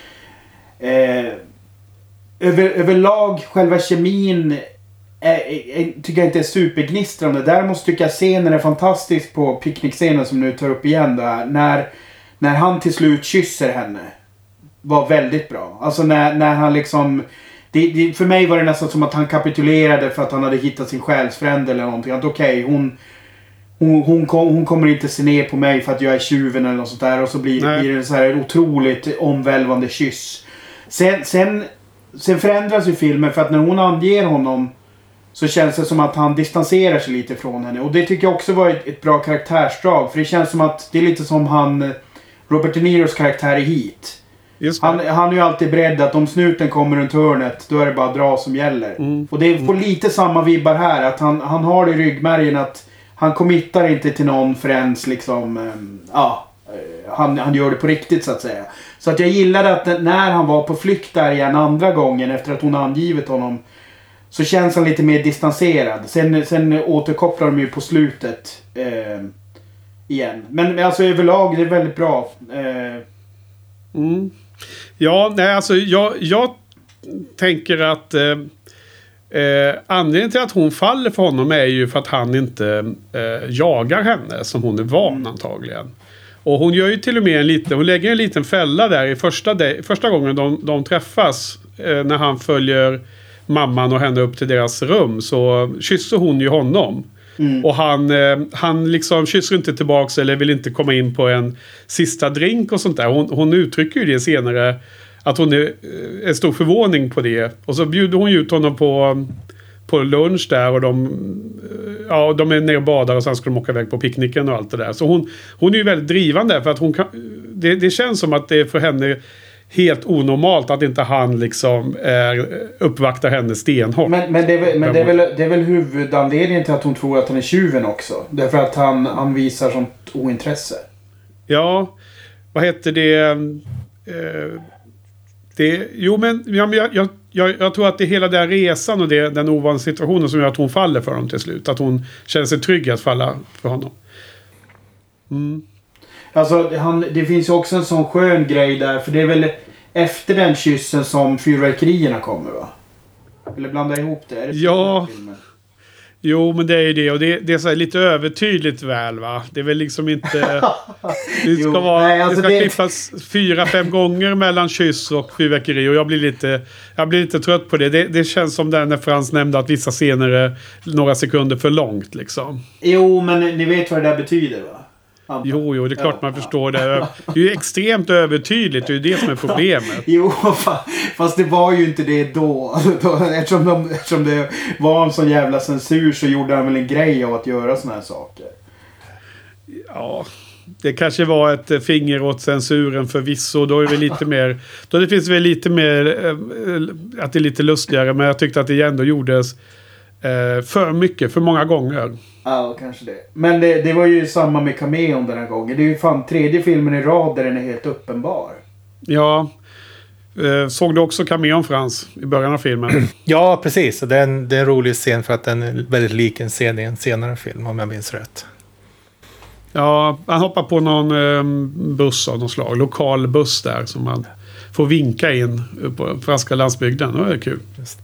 överlag själva kemin tycker jag inte är supergnistrande. Däremot tycker jag scenen är fantastisk på picknickscenen som nu tar upp igen där. När han till slut kysser henne var väldigt bra. Alltså när han liksom... för mig var det nästan som att han kapitulerade för att han hade hittat sin själsfrände eller någonting. Att okej, hon kommer inte se ner på mig för att jag är tjuven eller något sånt där. Och så blir det en så här otroligt omvälvande kyss. Sen förändras ju filmen för att när hon anger honom så känns det som att han distanserar sig lite från henne. Och det tycker jag också var ett bra karaktärsdrag. För det känns som att det är lite som Robert De Niros karaktär i Heat. Han är ju alltid beredd att om snuten kommer runt hörnet, då är det bara dra som gäller. Och det får lite samma vibbar här. Att han har det i ryggmärgen att han committar inte till någon förrän liksom... han gör det på riktigt så att säga. Så att jag gillade att när han var på flykt där igen andra gången efter att hon angivit honom, så känns han lite mer distanserad. Sen återkopplar de ju på slutet igen. Men alltså överlag det är väldigt bra. Ja, nej, alltså jag tänker att anledningen till att hon faller för honom är ju för att han inte jagar henne som hon är van antagligen. Och hon gör ju till och med hon lägger en liten fälla där i första gången de träffas när han följer mamman och henne upp till deras rum, så kysser hon ju honom. Och han liksom kysser inte tillbaks eller vill inte komma in på en sista drink och sånt där. Hon uttrycker ju det senare att hon är stor förvåning på det. Och så bjuder hon ut honom på lunch där och de är nere och badar och sen ska de åka iväg på picknicken och allt det där. Så hon är ju väldigt drivande för att det känns som att det är för henne helt onormalt att inte han liksom uppvaktar henne stenhårt. Men det är väl huvudanledningen till att hon tror att han är tjuven också. Därför att han visar sånt ointresse. Ja, vad heter det? Jag tror att det är hela den resan och den ovanliga situationen som gör att hon faller för honom till slut. Att hon känner sig trygg att falla för honom. Alltså det finns ju också en sån skön grej där. För det är väl efter den kyssen som fyrverkerierna kommer, va? Eller blanda ihop det? Är det ja. Jo, men det är ju det. Och det är så här lite övertydligt väl, va? Det är väl liksom inte... Det ska klippas 4-5 gånger mellan kyss och fyrverkeri. Och jag blir lite trött på det. Det känns som när Frans nämnde att vissa scener är några sekunder för långt, liksom. Jo, men ni vet vad det där betyder, va? Jo, det är klart man förstår det. Det är ju extremt övertydligt. Det är ju det som är problemet. Jo, fast det var ju inte det då. Eftersom det var en sån jävla censur så gjorde han väl en grej av att göra såna här saker. Ja, det kanske var ett finger åt censuren förvisso. Då är det lite mer... Då det finns väl lite mer... Att det är lite lustigare. Men jag tyckte att det ändå gjordes... för mycket, för många gånger. Ja, kanske det. Men det var ju samma med Cameon den här gången. Det är ju fan 3:e filmen i rad där den är helt uppenbar. Ja. Såg du också Cameon, Frans, i början av filmen? Ja, precis. Det är en rolig scen för att den är väldigt lik en scen i en senare film, om jag minns rätt. Ja, han hoppar på någon buss av något slag. Lokal buss där som man får vinka in på franska landsbygden. Det är kul. Just.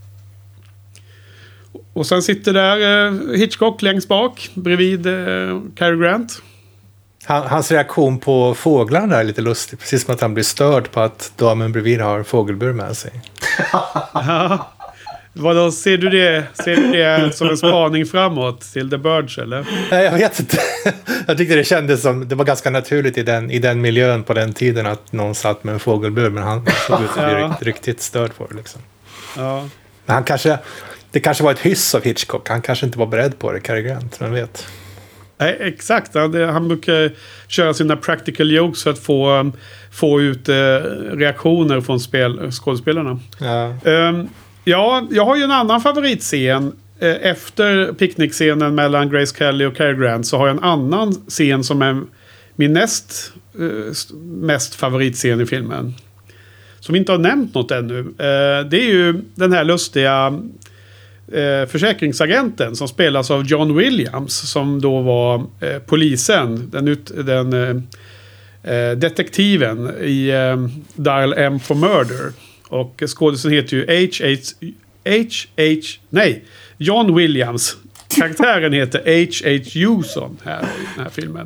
Och sen sitter där Hitchcock längst bak bredvid Cary Grant. Hans reaktion på fåglarna är lite lustig. Precis som att han blir störd på att damen bredvid har fågelbur med sig. Ja. Vadå, ser du det som en spaning framåt till The Birds, eller? Nej, jag vet inte. Jag tyckte det kändes som, det var ganska naturligt i den miljön på den tiden att någon satt med en fågelbur, men han såg ut att bli riktigt störd på det liksom. Ja. Men det kanske var ett hyss av Hitchcock. Han kanske inte var beredd på det, Cary Grant, man vet. Nej, exakt. Han brukar köra sina practical jokes för att få ut reaktioner från skådespelarna. Ja. Ja, jag har ju en annan favoritscen. Efter picknickscenen mellan Grace Kelly och Cary Grant så har jag en annan scen som är min mest favoritscen i filmen. Som vi inte har nämnt något ännu. Det är ju den här lustiga försäkringsagenten som spelas av John Williams, som då var polisen, den detektiven i Dial M for Murder. Och skådespelaren heter ju John Williams. Karaktären heter H.H. Hewson här i den här filmen.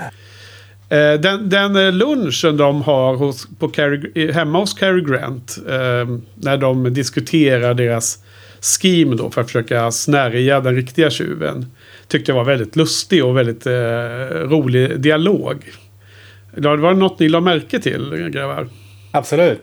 Den lunchen de har hemma hos Cary Grant, när de diskuterar deras scheme då för att försöka snärja den riktiga tjuven, tyckte jag var väldigt lustig och väldigt rolig dialog. Det var något ni la märke till, grabbar? Absolut.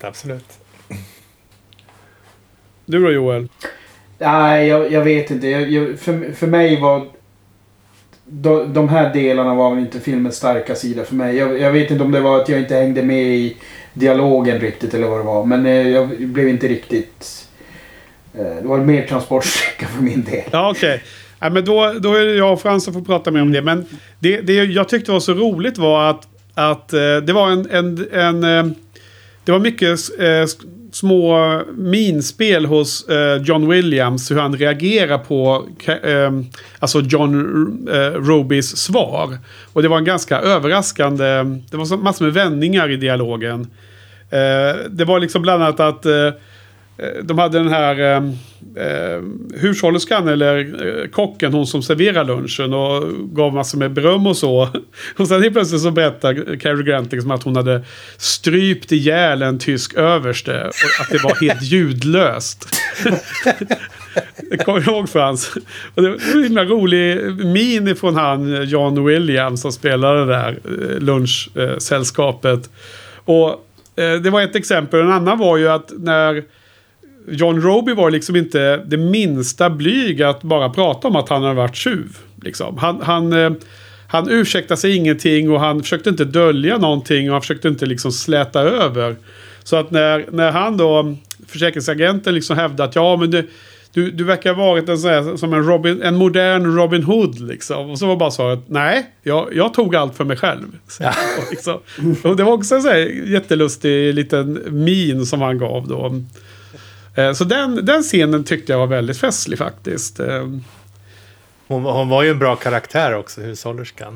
Du då, Joel? Nej, jag vet inte. För mig var de här delarna var inte filmens starka sida för mig. Jag vet inte om det var att jag inte hängde med i dialogen riktigt eller vad det var. Men jag blev inte riktigt... Det var mer transportsträcka för min del. Ja, okej. Ja, men då är det jag och Frans som får prata mer om det. Men det jag tyckte var så roligt var att det var det var mycket små minspel hos John Williams, hur han reagerar på alltså John Robys svar. Och det var en ganska överraskande, det var massor med vändningar i dialogen. Det var liksom bland annat att de hade den här hushållerskan eller kocken, hon som serverar lunchen, och gav massor med beröm och så. Och sen helt plötsligt så berättar Cary Grant liksom att hon hade strypt ihjäl en tysk överste och att det var helt ljudlöst. Det kommer jag ihåg, Frans. Och det var en rolig min från han John Williams som spelade där lunchsällskapet. Och det var ett exempel. En annan var ju att när John Roby var liksom inte det minsta blyg att bara prata om att han har varit tjuv. Liksom. Han ursäktade sig ingenting och han försökte inte dölja någonting och han försökte inte liksom släta över. Så att när han då, försäkringsagenten, liksom hävdade att ja, men du verkar ha varit som en modern Robin Hood liksom. Och så var bara så att nej, jag tog allt för mig själv. Så, liksom. Och det var också en så här jättelustig liten min som han gav då. Så den scenen tyckte jag var väldigt festlig faktiskt. Hon var ju en bra karaktär också, hushållerskan.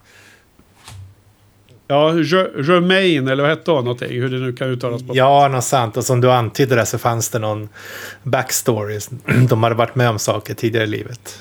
Ja, Germain, eller vad hette hon någonting? Hur det nu kan uttalas på. Ja, något sant. Och som du antydde där så fanns det någon backstory. De hade varit med om saker tidigare i livet.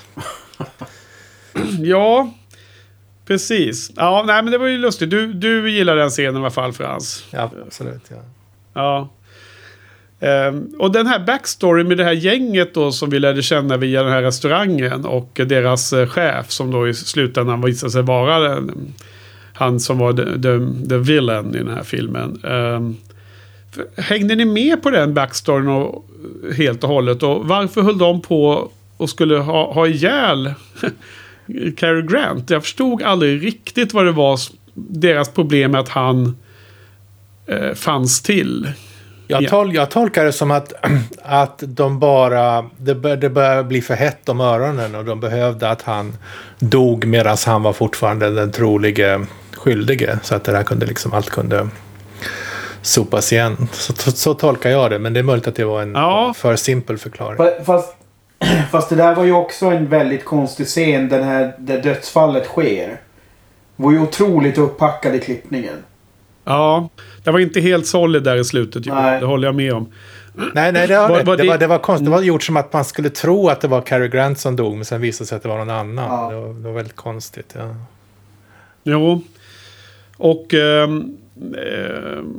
Ja, precis. Ja, nej, men det var ju lustigt. Du gillar den scenen i alla fall, Frans. Ja, absolut. Ja. Och den här backstory med det här gänget då som vi lärde känna via den här restaurangen och deras chef som då i slutändan visade sig vara han som var the villain i den här filmen. Hängde ni med på den backstoryn helt och hållet? Och varför höll de på och skulle ha ihjäl Cary Grant? Jag förstod aldrig riktigt vad det var deras problem med att han fanns till. Jag tolkar det som att de bara... Det började bli för hett om öronen och de behövde att han dog medan han var fortfarande den trolige skyldige. Så att det där kunde liksom, allt kunde sopas igen. Så tolkar jag det, men det är möjligt att det var en för simpel förklaring. Fast det där var ju också en väldigt konstig scen, den här där dödsfallet sker. Det var ju otroligt upppackad i klippningen. Ja, det var inte helt solid där i slutet. Det håller jag med om. Nej, det var konstigt. Det var gjort som att man skulle tro att det var Cary Grant som dog, men sen visade sig att det var någon annan. Ja. Det var väldigt konstigt, ja. Jo. Och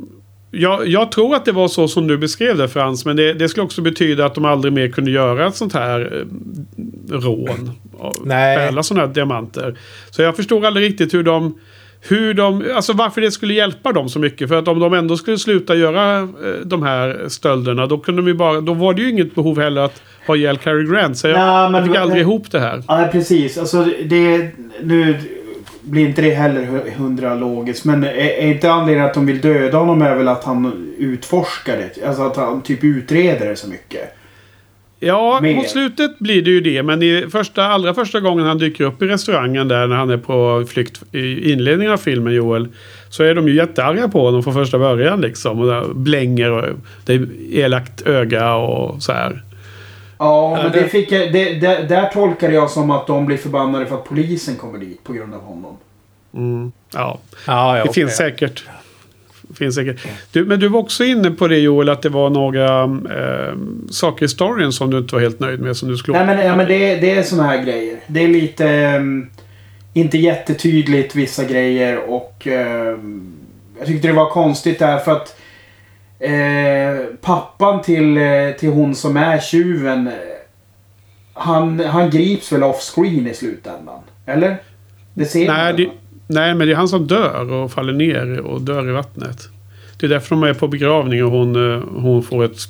Jag tror att det var så som du beskrev det, Frans. Men det skulle också betyda att de aldrig mer kunde göra ett sånt här rån. Alla sådana här diamanter. Så jag förstår aldrig riktigt hur de, alltså varför det skulle hjälpa dem så mycket. För att om de ändå skulle sluta göra de här stölderna, då var det ju inget behov heller att ha ihjäl Cary Grant. Så jag fick aldrig ihop det här. Ja, precis. Alltså nu blir inte det heller 100 logiskt. Men är inte anledningen att de vill döda honom är väl att han utforskar det. Alltså att han typ utreder det så mycket. Ja, mot slutet blir det ju det. Men allra första gången han dyker upp i restaurangen där när han är på flykt i inledningen av filmen, Joel, så är de ju jättearga på honom från första början liksom. Och där blänger och det är elakt öga och så här. Ja, men där tolkade jag som att de blir förbannade för att polisen kommer dit på grund av honom. Det finns säkert. Men du var också inne på det, Joel, att det var några saker i storyn som du inte var helt nöjd med, som du skulle... Nej, men det är såna här grejer. Det är lite inte jättetydligt vissa grejer, och jag tyckte det var konstigt där för att pappan till hon som är tjuven, han grips väl off-screen i slutändan, eller? Det ser Nej, men det är han som dör och faller ner och dör i vattnet. Det är därför de är på begravning och hon får ett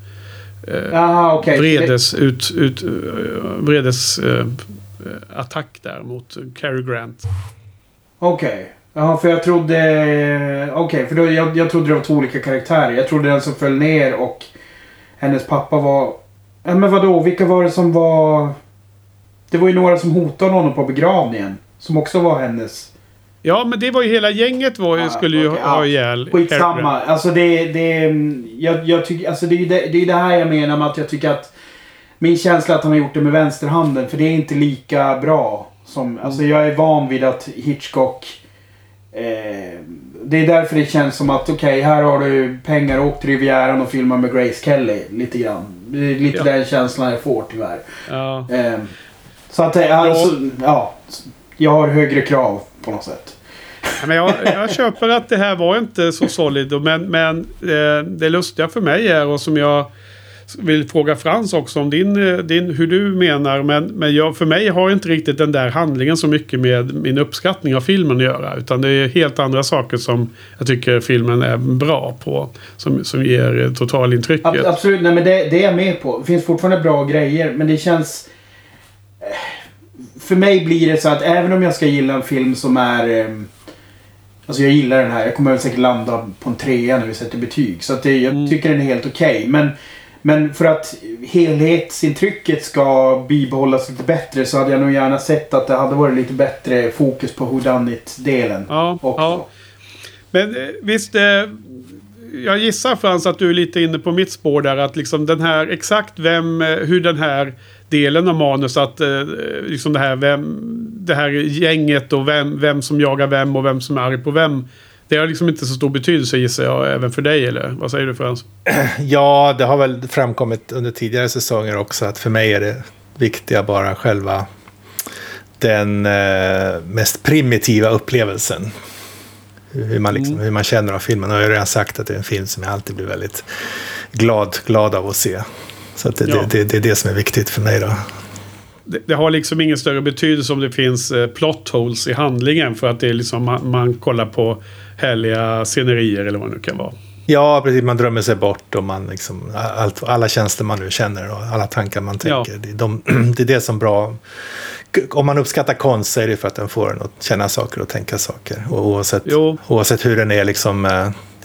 attack där mot Cary Grant. Okej. Ja, för jag trodde... för då, jag trodde det var 2 olika karaktärer. Jag trodde den som föll ner och hennes pappa var... Men vadå? Vilka var det som var... Det var ju några som hotade honom på begravningen. Som också var hennes... Ja, men det var ju hela gänget skulle ju ha ihjäl. Skitsamma. Alltså jag tycker, alltså det är det här jag menar med att jag tycker att min känsla att han har gjort det med vänsterhanden, för det är inte lika bra som, alltså jag är van vid att Hitchcock det är därför det känns som att okej, här har du pengar och åkt till Rivieran och filmar med Grace Kelly lite grann. Det är lite den känslan jag får tyvärr. Ja. Så att jag har högre krav på något sätt. Men jag köper att det här var inte så solid. Men det lustiga för mig är, och som jag vill fråga Frans också om din hur du menar. Men för mig har inte riktigt den där handlingen så mycket med min uppskattning av filmen att göra. Utan det är helt andra saker som jag tycker filmen är bra på. Som ger totalintrycket. Absolut, nej, men det är jag med på. Det finns fortfarande bra grejer. Men det känns... För mig blir det så att även om jag ska gilla en film som är... Alltså jag gillar den här. Jag kommer väl säkert landa på en 3 när vi sätter betyg. Så att jag tycker den är helt okej. Men för att helhetsintrycket ska bibehållas lite bättre, så hade jag nog gärna sett att det hade varit lite bättre fokus på whodunit-delen. Ja. Men visst... Jag gissar, Frans, att du är lite inne på mitt spår där, att liksom den här exakt hur den här delen av manus, att liksom det här gänget och vem som jagar vem och vem som är arg på vem, det har liksom inte så stor betydelse, gissar jag, även för dig, eller vad säger du, Frans? Ja, det har väl framkommit under tidigare säsonger också att för mig är det viktiga bara själva den mest primitiva upplevelsen. Hur man känner av filmen. Och jag har redan sagt att det är en film som jag alltid blir väldigt glad av att se. Så att det är det som är viktigt för mig då. Det har liksom ingen större betydelse om det finns plot holes i handlingen, för att det är liksom man kollar på härliga scenerier eller vad det nu kan vara. Ja, precis. Man drömmer sig bort och man liksom, alla känslor man nu känner och alla tankar man tänker. Ja. Det är det som bra... Om man uppskattar konst så är det för att den får en att känna saker och tänka saker. Och oavsett hur den är liksom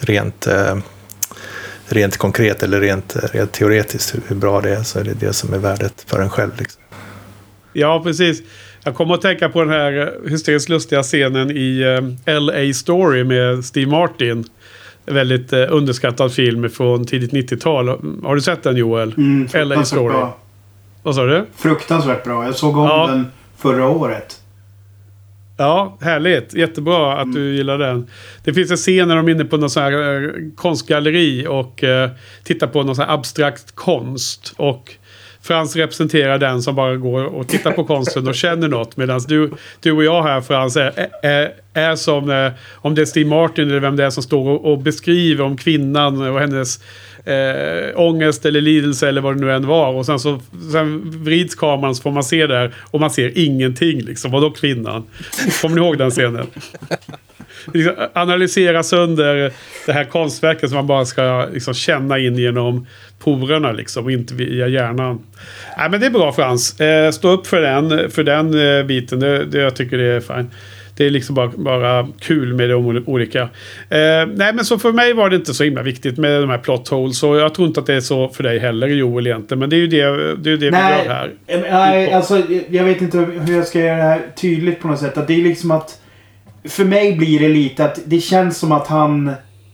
rent konkret eller rent teoretiskt, hur bra det är, så är det det som är värdet för en själv. Liksom. Ja, precis. Jag kommer att tänka på den här hysteriskt lustiga scenen i LA Story med Steve Martin. En väldigt underskattad film från tidigt 90-tal. Har du sett den, Joel? LA Story. Bra. Vad sa du? Fruktansvärt bra. Jag såg om den förra året. Ja, härligt. Jättebra att du gillar den. Det finns en scen när de är inne på någon sån här konstgalleri och tittar på någon sån här abstrakt konst. Och Frans representerar den som bara går och tittar på konsten och känner något. Medan du och jag här, Frans, är som om det är Steve Martin eller vem det är som står och beskriver om kvinnan och hennes ångest eller lidelse eller vad det nu än var. Och sen vrids kameran så får man se där och man ser ingenting liksom. Vadå kvinnan? Kommer ni ihåg den scenen? Liksom, analysera sönder det här konstverket som man bara ska liksom känna in genom porerna liksom, och inte via hjärnan. Nej, men det är bra, Frans. Stå upp för den biten. Det jag tycker det är fint. Det är liksom bara kul med de olika. Nej, men så för mig var det inte så himla viktigt med de här plot holes. Så jag tror inte att det är så för dig heller, Joel, egentligen. Men det är ju det vi gör här. Nej, alltså jag vet inte hur jag ska göra det här tydligt på något sätt. Att det är liksom att för mig blir det lite att det känns som att han...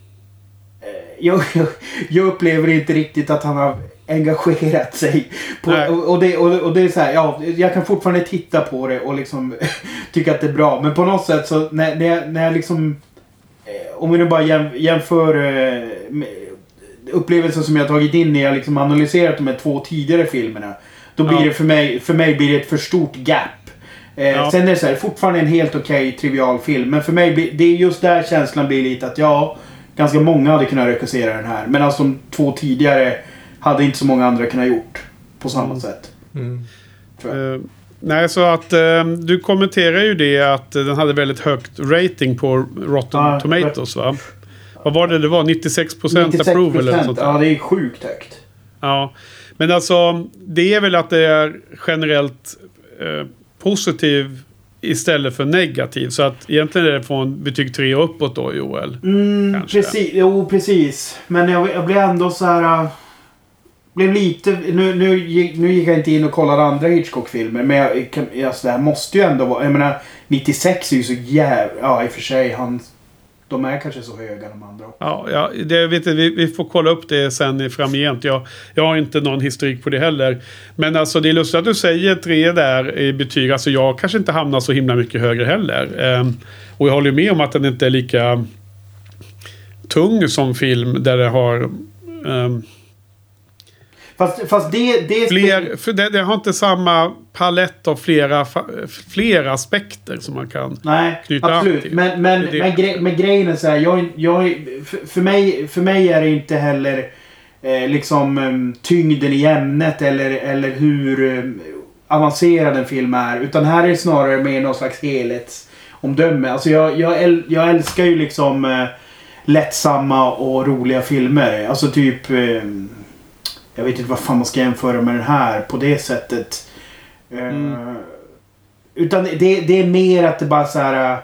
Jag upplever inte riktigt att han har engagerat sig på, och det är så här, ja, jag kan fortfarande titta på det och liksom tycka att det är bra, men på något sätt så när jag liksom, om vi nu bara jämför upplevelsen som jag tagit in när jag liksom analyserat de här 2 tidigare filmerna, då blir det för mig blir det ett för stort gap. Sen är det så här, fortfarande en helt okej trivial film, men för mig det är just där känslan blir lite att ganska många hade kunnat regissera den här, men alltså de 2 tidigare hade inte så många andra kunnat gjort på samma sätt. Nej, så att du kommenterar ju det att den hade väldigt högt rating på Rotten Tomatoes, va? Vad var det? Det var 96% approval eller sånt där. Ja, det är sjukt högt. Ja, men alltså det är väl att det är generellt positiv istället för negativ. Så att egentligen är det från betyg 3 och uppåt då, Joel. Precis. Jo, precis. Men jag blev ändå så här... Blev lite... Nu gick jag inte in och kollade andra Hitchcock-filmer. Men alltså, det här måste ju ändå vara... Jag menar, 96 är ju så jävla... Ja, i och för sig. De är kanske så höga de andra också. Ja, det vet jag, vi får kolla upp det sen framgent. Jag har inte någon historik på det heller. Men alltså det är lustigt att du säger 3 där i betyg. Alltså jag kanske inte hamnar så himla mycket högre heller. Och jag håller med om att den inte är lika tung som film där det har... Fast det har inte samma palett av flera aspekter som man kan knyta absolut. till. Men grejen är så här, för mig är det inte heller liksom tyngden i ämnet eller hur avancerad en film är, utan här är det snarare med någon slags helhetsomdöme. Alltså jag älskar ju liksom lättsamma och roliga filmer. Alltså typ jag vet inte vad fan man ska jämföra med den här på det sättet. Utan det är mer att det bara så här...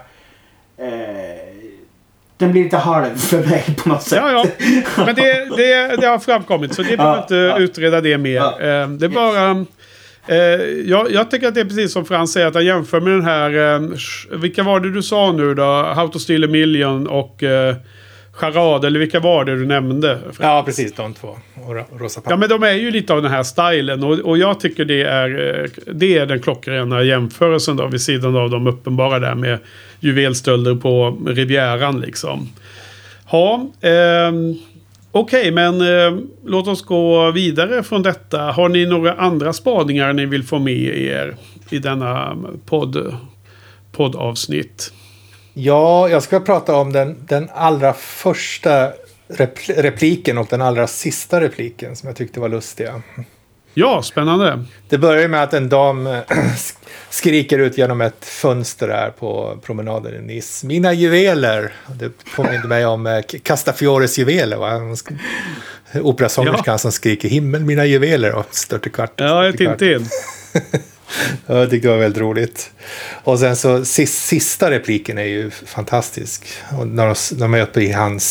den blir lite halv för mig på något sätt. Ja. Men det har framkommit, så det behöver inte utreda det mer. Det är bara... jag tycker att det är precis som Frans säger, att jag jämför med den här... vilka var det du sa nu då? How to Steal a Million och... Charade, eller vilka var det du nämnde? Ja, precis, de 2. Och Rosa Pantern. Ja, men de är ju lite av den här stilen. Och jag tycker det är den klockrena jämförelsen då, vid sidan av de uppenbara där med juvelstölder på Rivieran liksom. Ja, okej, men låt oss gå vidare från detta. Har ni några andra spaningar ni vill få med er i denna poddavsnitt? Ja, jag ska prata om den allra första repliken och den allra sista repliken som jag tyckte var lustiga. Ja, spännande. Det börjar med att en dam skriker ut genom ett fönster här på promenaden i Nice. Mina juveler! Det påminner mig om Castafiores juveler, va? Operasångerskan som skriker himmel, mina juveler, och störte kvart. Ja, jag tänkte in. Jag tyckte det var väldigt roligt. Och sen så sista repliken är ju fantastisk. Och när de är uppe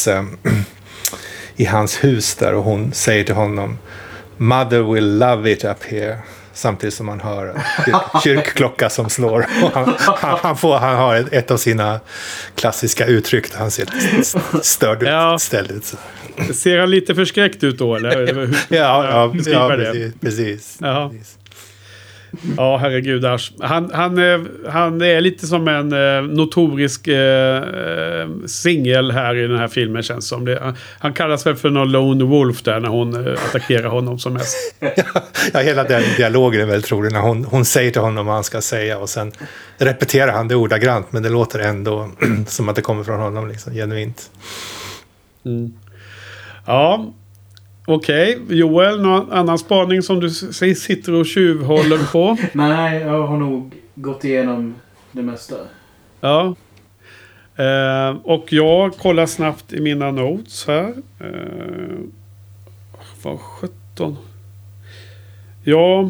i hans hus där, och hon säger till honom, Mother will love it up here. Samtidigt som man hör kyrkklocka som slår. Och han har ett av sina klassiska uttryck. Han ser störd ut stället. Ser han lite förskräckt ut då? Eller? Ja, precis. Ja. Ja, herregud. Han är lite som en notorisk singel här i den här filmen, känns som det. Han kallas väl för någon lone wolf där när hon attackerar honom som mest. Ja, hela den dialogen är väl trolig när hon säger till honom vad han ska säga och sen repeterar han det ordagrant, men det låter ändå som att det kommer från honom liksom, genuint. Mm. Ja, okej. Joel, någon annan spaning som du sitter och tjuvhåller på? Nej, jag har nog gått igenom det mesta. Ja. Och jag kollar snabbt i mina notes här. Vad 17? Ja.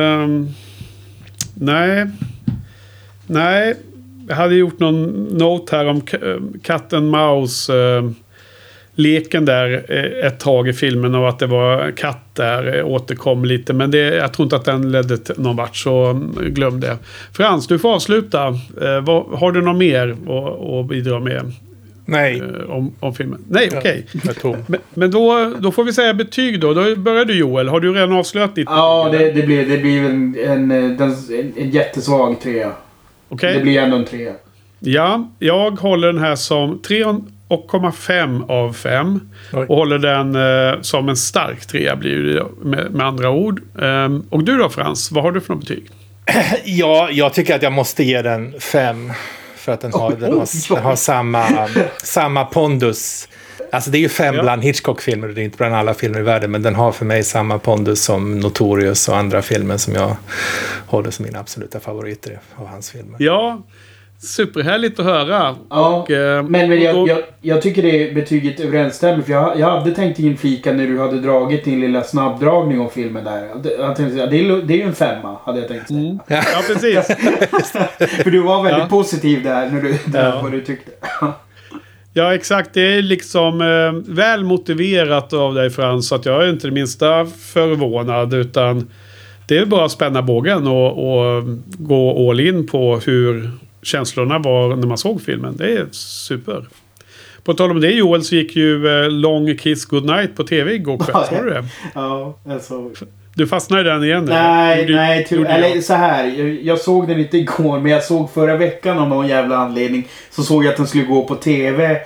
Nej. Jag hade gjort någon note här om Cat and Mouse. Leken där ett tag i filmen och att det var katt där återkom lite. Men jag tror inte att den ledde till någon vart, så glöm det. Frans, du får avsluta. Har du något mer att bidra med? Nej. Om filmen? Nej, okej. Men då får vi säga betyg då. Då börjar du, Joel. Har du redan avslöjat ditt? Ja, det blir en jättesvag 3. Okay. Det blir ändå en 3. Ja, jag håller den här som 3,5 av 5. Oj. Och håller den som en stark 3 blir det med andra ord. Och du då, Frans, vad har du för något betyg? Ja, jag tycker att jag måste ge den 5. För att den har samma pondus. Alltså det är ju 5 bland Hitchcock-filmer, det är inte bland alla filmer i världen, men den har för mig samma pondus som Notorious och andra filmer som jag håller som mina absoluta favoriter av hans filmer. Ja, superhärligt att höra. Ja, och, men jag tycker det betyget överensstämmer, för jag hade tänkt inflika när du hade dragit din lilla snabbdragning om filmen där. Jag tänkte, det är ju en 5, hade jag tänkt säga. Ja, precis. För du var väldigt positiv där när du vad du tyckte. Ja, exakt. Det är liksom väl motiverat av dig, Frans, så att jag är inte det minsta förvånad, utan det är bara att spänna bågen och gå all in på hur känslorna var när man såg filmen. Det är super. På tal om det, Joel, så gick ju Long Kiss Goodnight på tv igår kväll. Såg du det? Ja, jag såg. Du fastnade i den igen? Nej, eller så här. Jag såg den inte igår, men jag såg förra veckan av någon jävla anledning. Så såg jag att den skulle gå på tv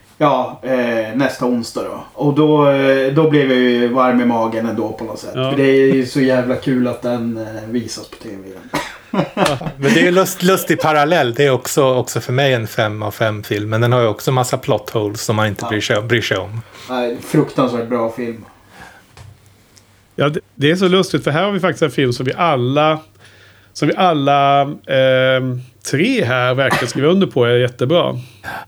nästa onsdag då. Och då blev jag ju varm i magen ändå på något sätt. Ja. För det är ju så jävla kul att den visas på tv. Men det är lustig parallell. Det är också för mig en 5 av 5 film. Men den har ju också massa plot holes som man inte bryr sig om. Nej, fruktansvärt bra film. Ja, det är så lustigt, för här har vi faktiskt en film som vi alla tre här verkligen skriver under på är jättebra.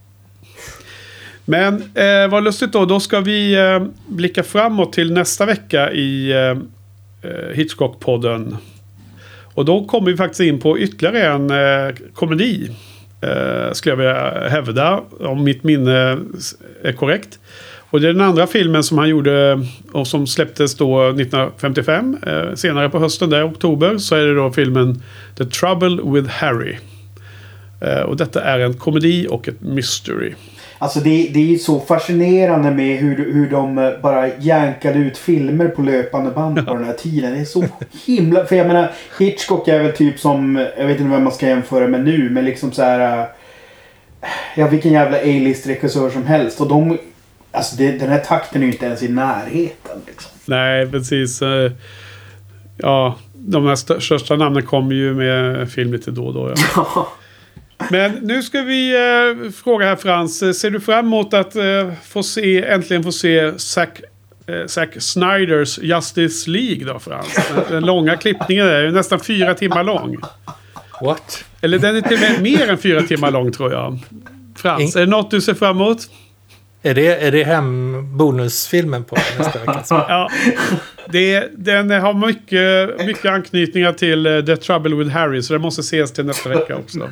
Men vad lustigt då ska vi blicka framåt till nästa vecka i Hitchcock-podden. Och då kommer vi faktiskt in på ytterligare en komedi, skulle jag vilja hävda, om mitt minne är korrekt. Och det är den andra filmen som han gjorde och som släpptes då 1955. Senare på hösten, där i oktober, så är det då filmen The Trouble with Harry. Och detta är en komedi och ett mystery. Alltså det är ju så fascinerande med hur de bara jänkade ut filmer på löpande band på den här tiden. Det är så himla... För jag menar, Hitchcock är väl typ som... Jag vet inte vem man ska jämföra med nu, men liksom så här... Ja, vilken jävla A-list-regissör som helst. Och de... Alltså den här takten är ju inte ens i närheten liksom. Nej, precis. Ja, de här största namnen kommer ju med film lite då och då. Ja. Men nu ska vi fråga här, Frans. Ser du fram emot att äntligen få se Zack Snyders Justice League då, Frans? Den långa klippningen är ju nästan 4 timmar lång. What? Eller den är till och med mer än 4 timmar lång, tror jag. Frans, är det något du ser fram emot? Är det bonusfilmen på nästa vecka? Ja, den har mycket anknytningar till The Trouble with Harry, så det måste ses till nästa vecka också.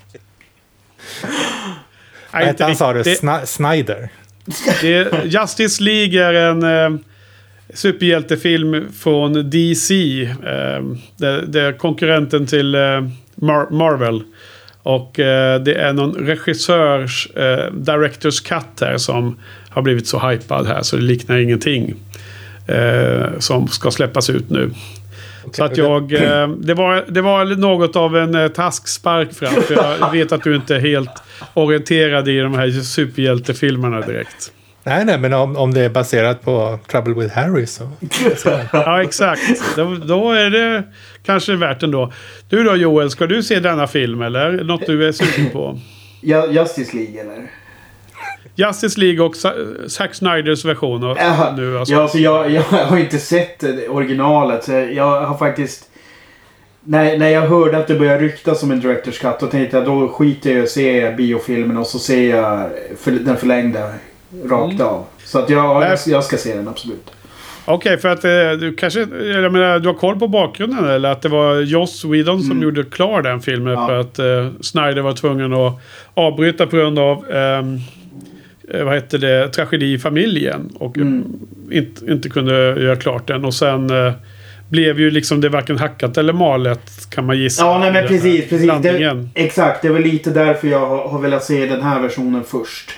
Vad hette han, sa du? Snyder? Justice League är en superhjältefilm från DC. Det är konkurrenten till Marvel. Och det är någon regissörs director's cut här som har blivit så hypad här så det liknar ingenting som ska släppas ut nu. Så att det var något av en taskspark fram. För jag vet att du inte är helt orienterad i de här superhjältefilmerna direkt. Nej, men om det är baserat på Trouble with Harry så... Ja, exakt. Då är det kanske värt ändå. Du då, Joel, ska du se denna film eller? Något du är sugen på? Justice League eller? Justice League och Zack Snyders version nu. Alltså. Ja, så jag har inte sett originalet. Så jag har faktiskt... När jag hörde att det började ryktas som en director's cut, då tänkte jag då skiter jag och ser biofilmen och så ser jag den förlängda rakt av. Så att jag ska se den, absolut. Okej, för att du kanske... Jag menar, du har koll på bakgrunden eller? Att det var Joss Whedon som gjorde klar den filmen för att Snyder var tvungen att avbryta på grund av... tragedi i familjen och inte kunde göra klart den och sen blev ju liksom det varken hackat eller malet kan man gissa. Ja, nej men precis. Exakt, det är väl lite därför jag har velat se den här versionen först.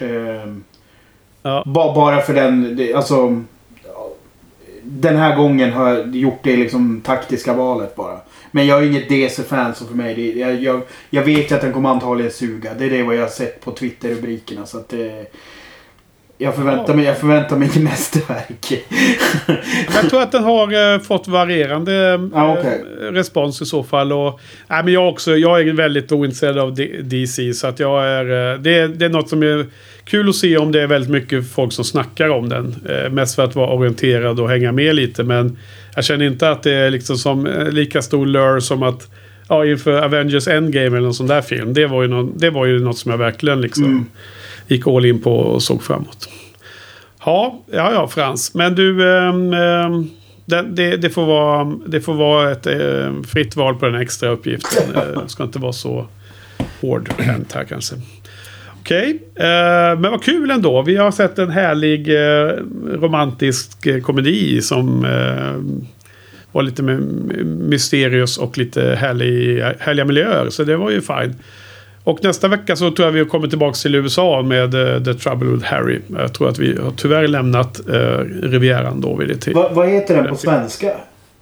Bara för alltså den här gången har jag gjort det liksom taktiska valet bara. Men jag är inget DC-fan så för mig. Jag vet att den kommer antagligen suga. Det är vad jag har sett på Twitter-rubrikerna. Så att jag förväntar mig till mästerverk. Jag tror att den har fått varierande respons i så fall. Och, men jag är väldigt ointresserad av DC. Så att det är något som är kul att se om det är väldigt mycket folk som snackar om den. Mest för att vara orienterad och hänga med lite. Men jag känner inte att det är liksom som lika stor lure som att inför Avengers Endgame eller någon sån där film. Det var ju något som jag verkligen liksom gick all in på och såg framåt. Ja, Frans. Men du, det får vara ett fritt val på den extra uppgiften. Det ska inte vara så hårdhänt här kanske. Okej, men vad kul ändå. Vi har sett en härlig romantisk komedi som var lite mysteriös och lite härliga miljöer. Så det var ju fine. Och nästa vecka så tror jag vi kommer tillbaka till USA med The Trouble with Harry. Jag tror att vi har tyvärr lämnat Rivieran då vid det till. Vad heter den på svenska?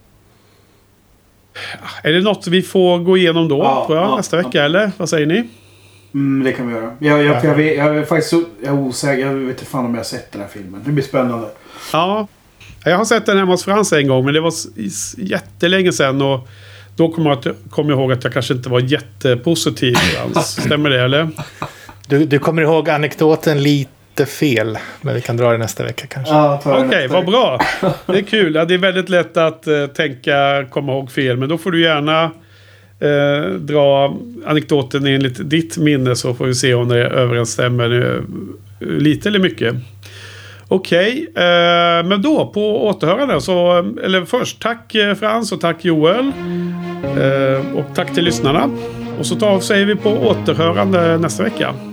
Är det något vi får gå igenom då tror jag, nästa vecka eller? Vad säger ni? Det kan vi göra. Jag är faktiskt så osäker. Jag vet inte fan om jag har sett den här filmen. Det blir spännande. Ja, jag har sett den hemma hos Frans en gång men det var jättelänge sedan och då kommer jag ihåg att jag kanske inte var jättepositiv alls. Stämmer det, eller? Du kommer ihåg anekdoten lite fel. Men vi kan dra det nästa vecka kanske. Okej, vad bra. Det är kul. Ja, det är väldigt lätt att komma ihåg fel. Men då får du gärna dra anekdoten enligt ditt minne. Så får vi se om det överensstämmer lite eller mycket. Okej, men då på återhörande så, eller först tack Frans och tack Joel och tack till lyssnarna och så säger vi på återhörande nästa vecka.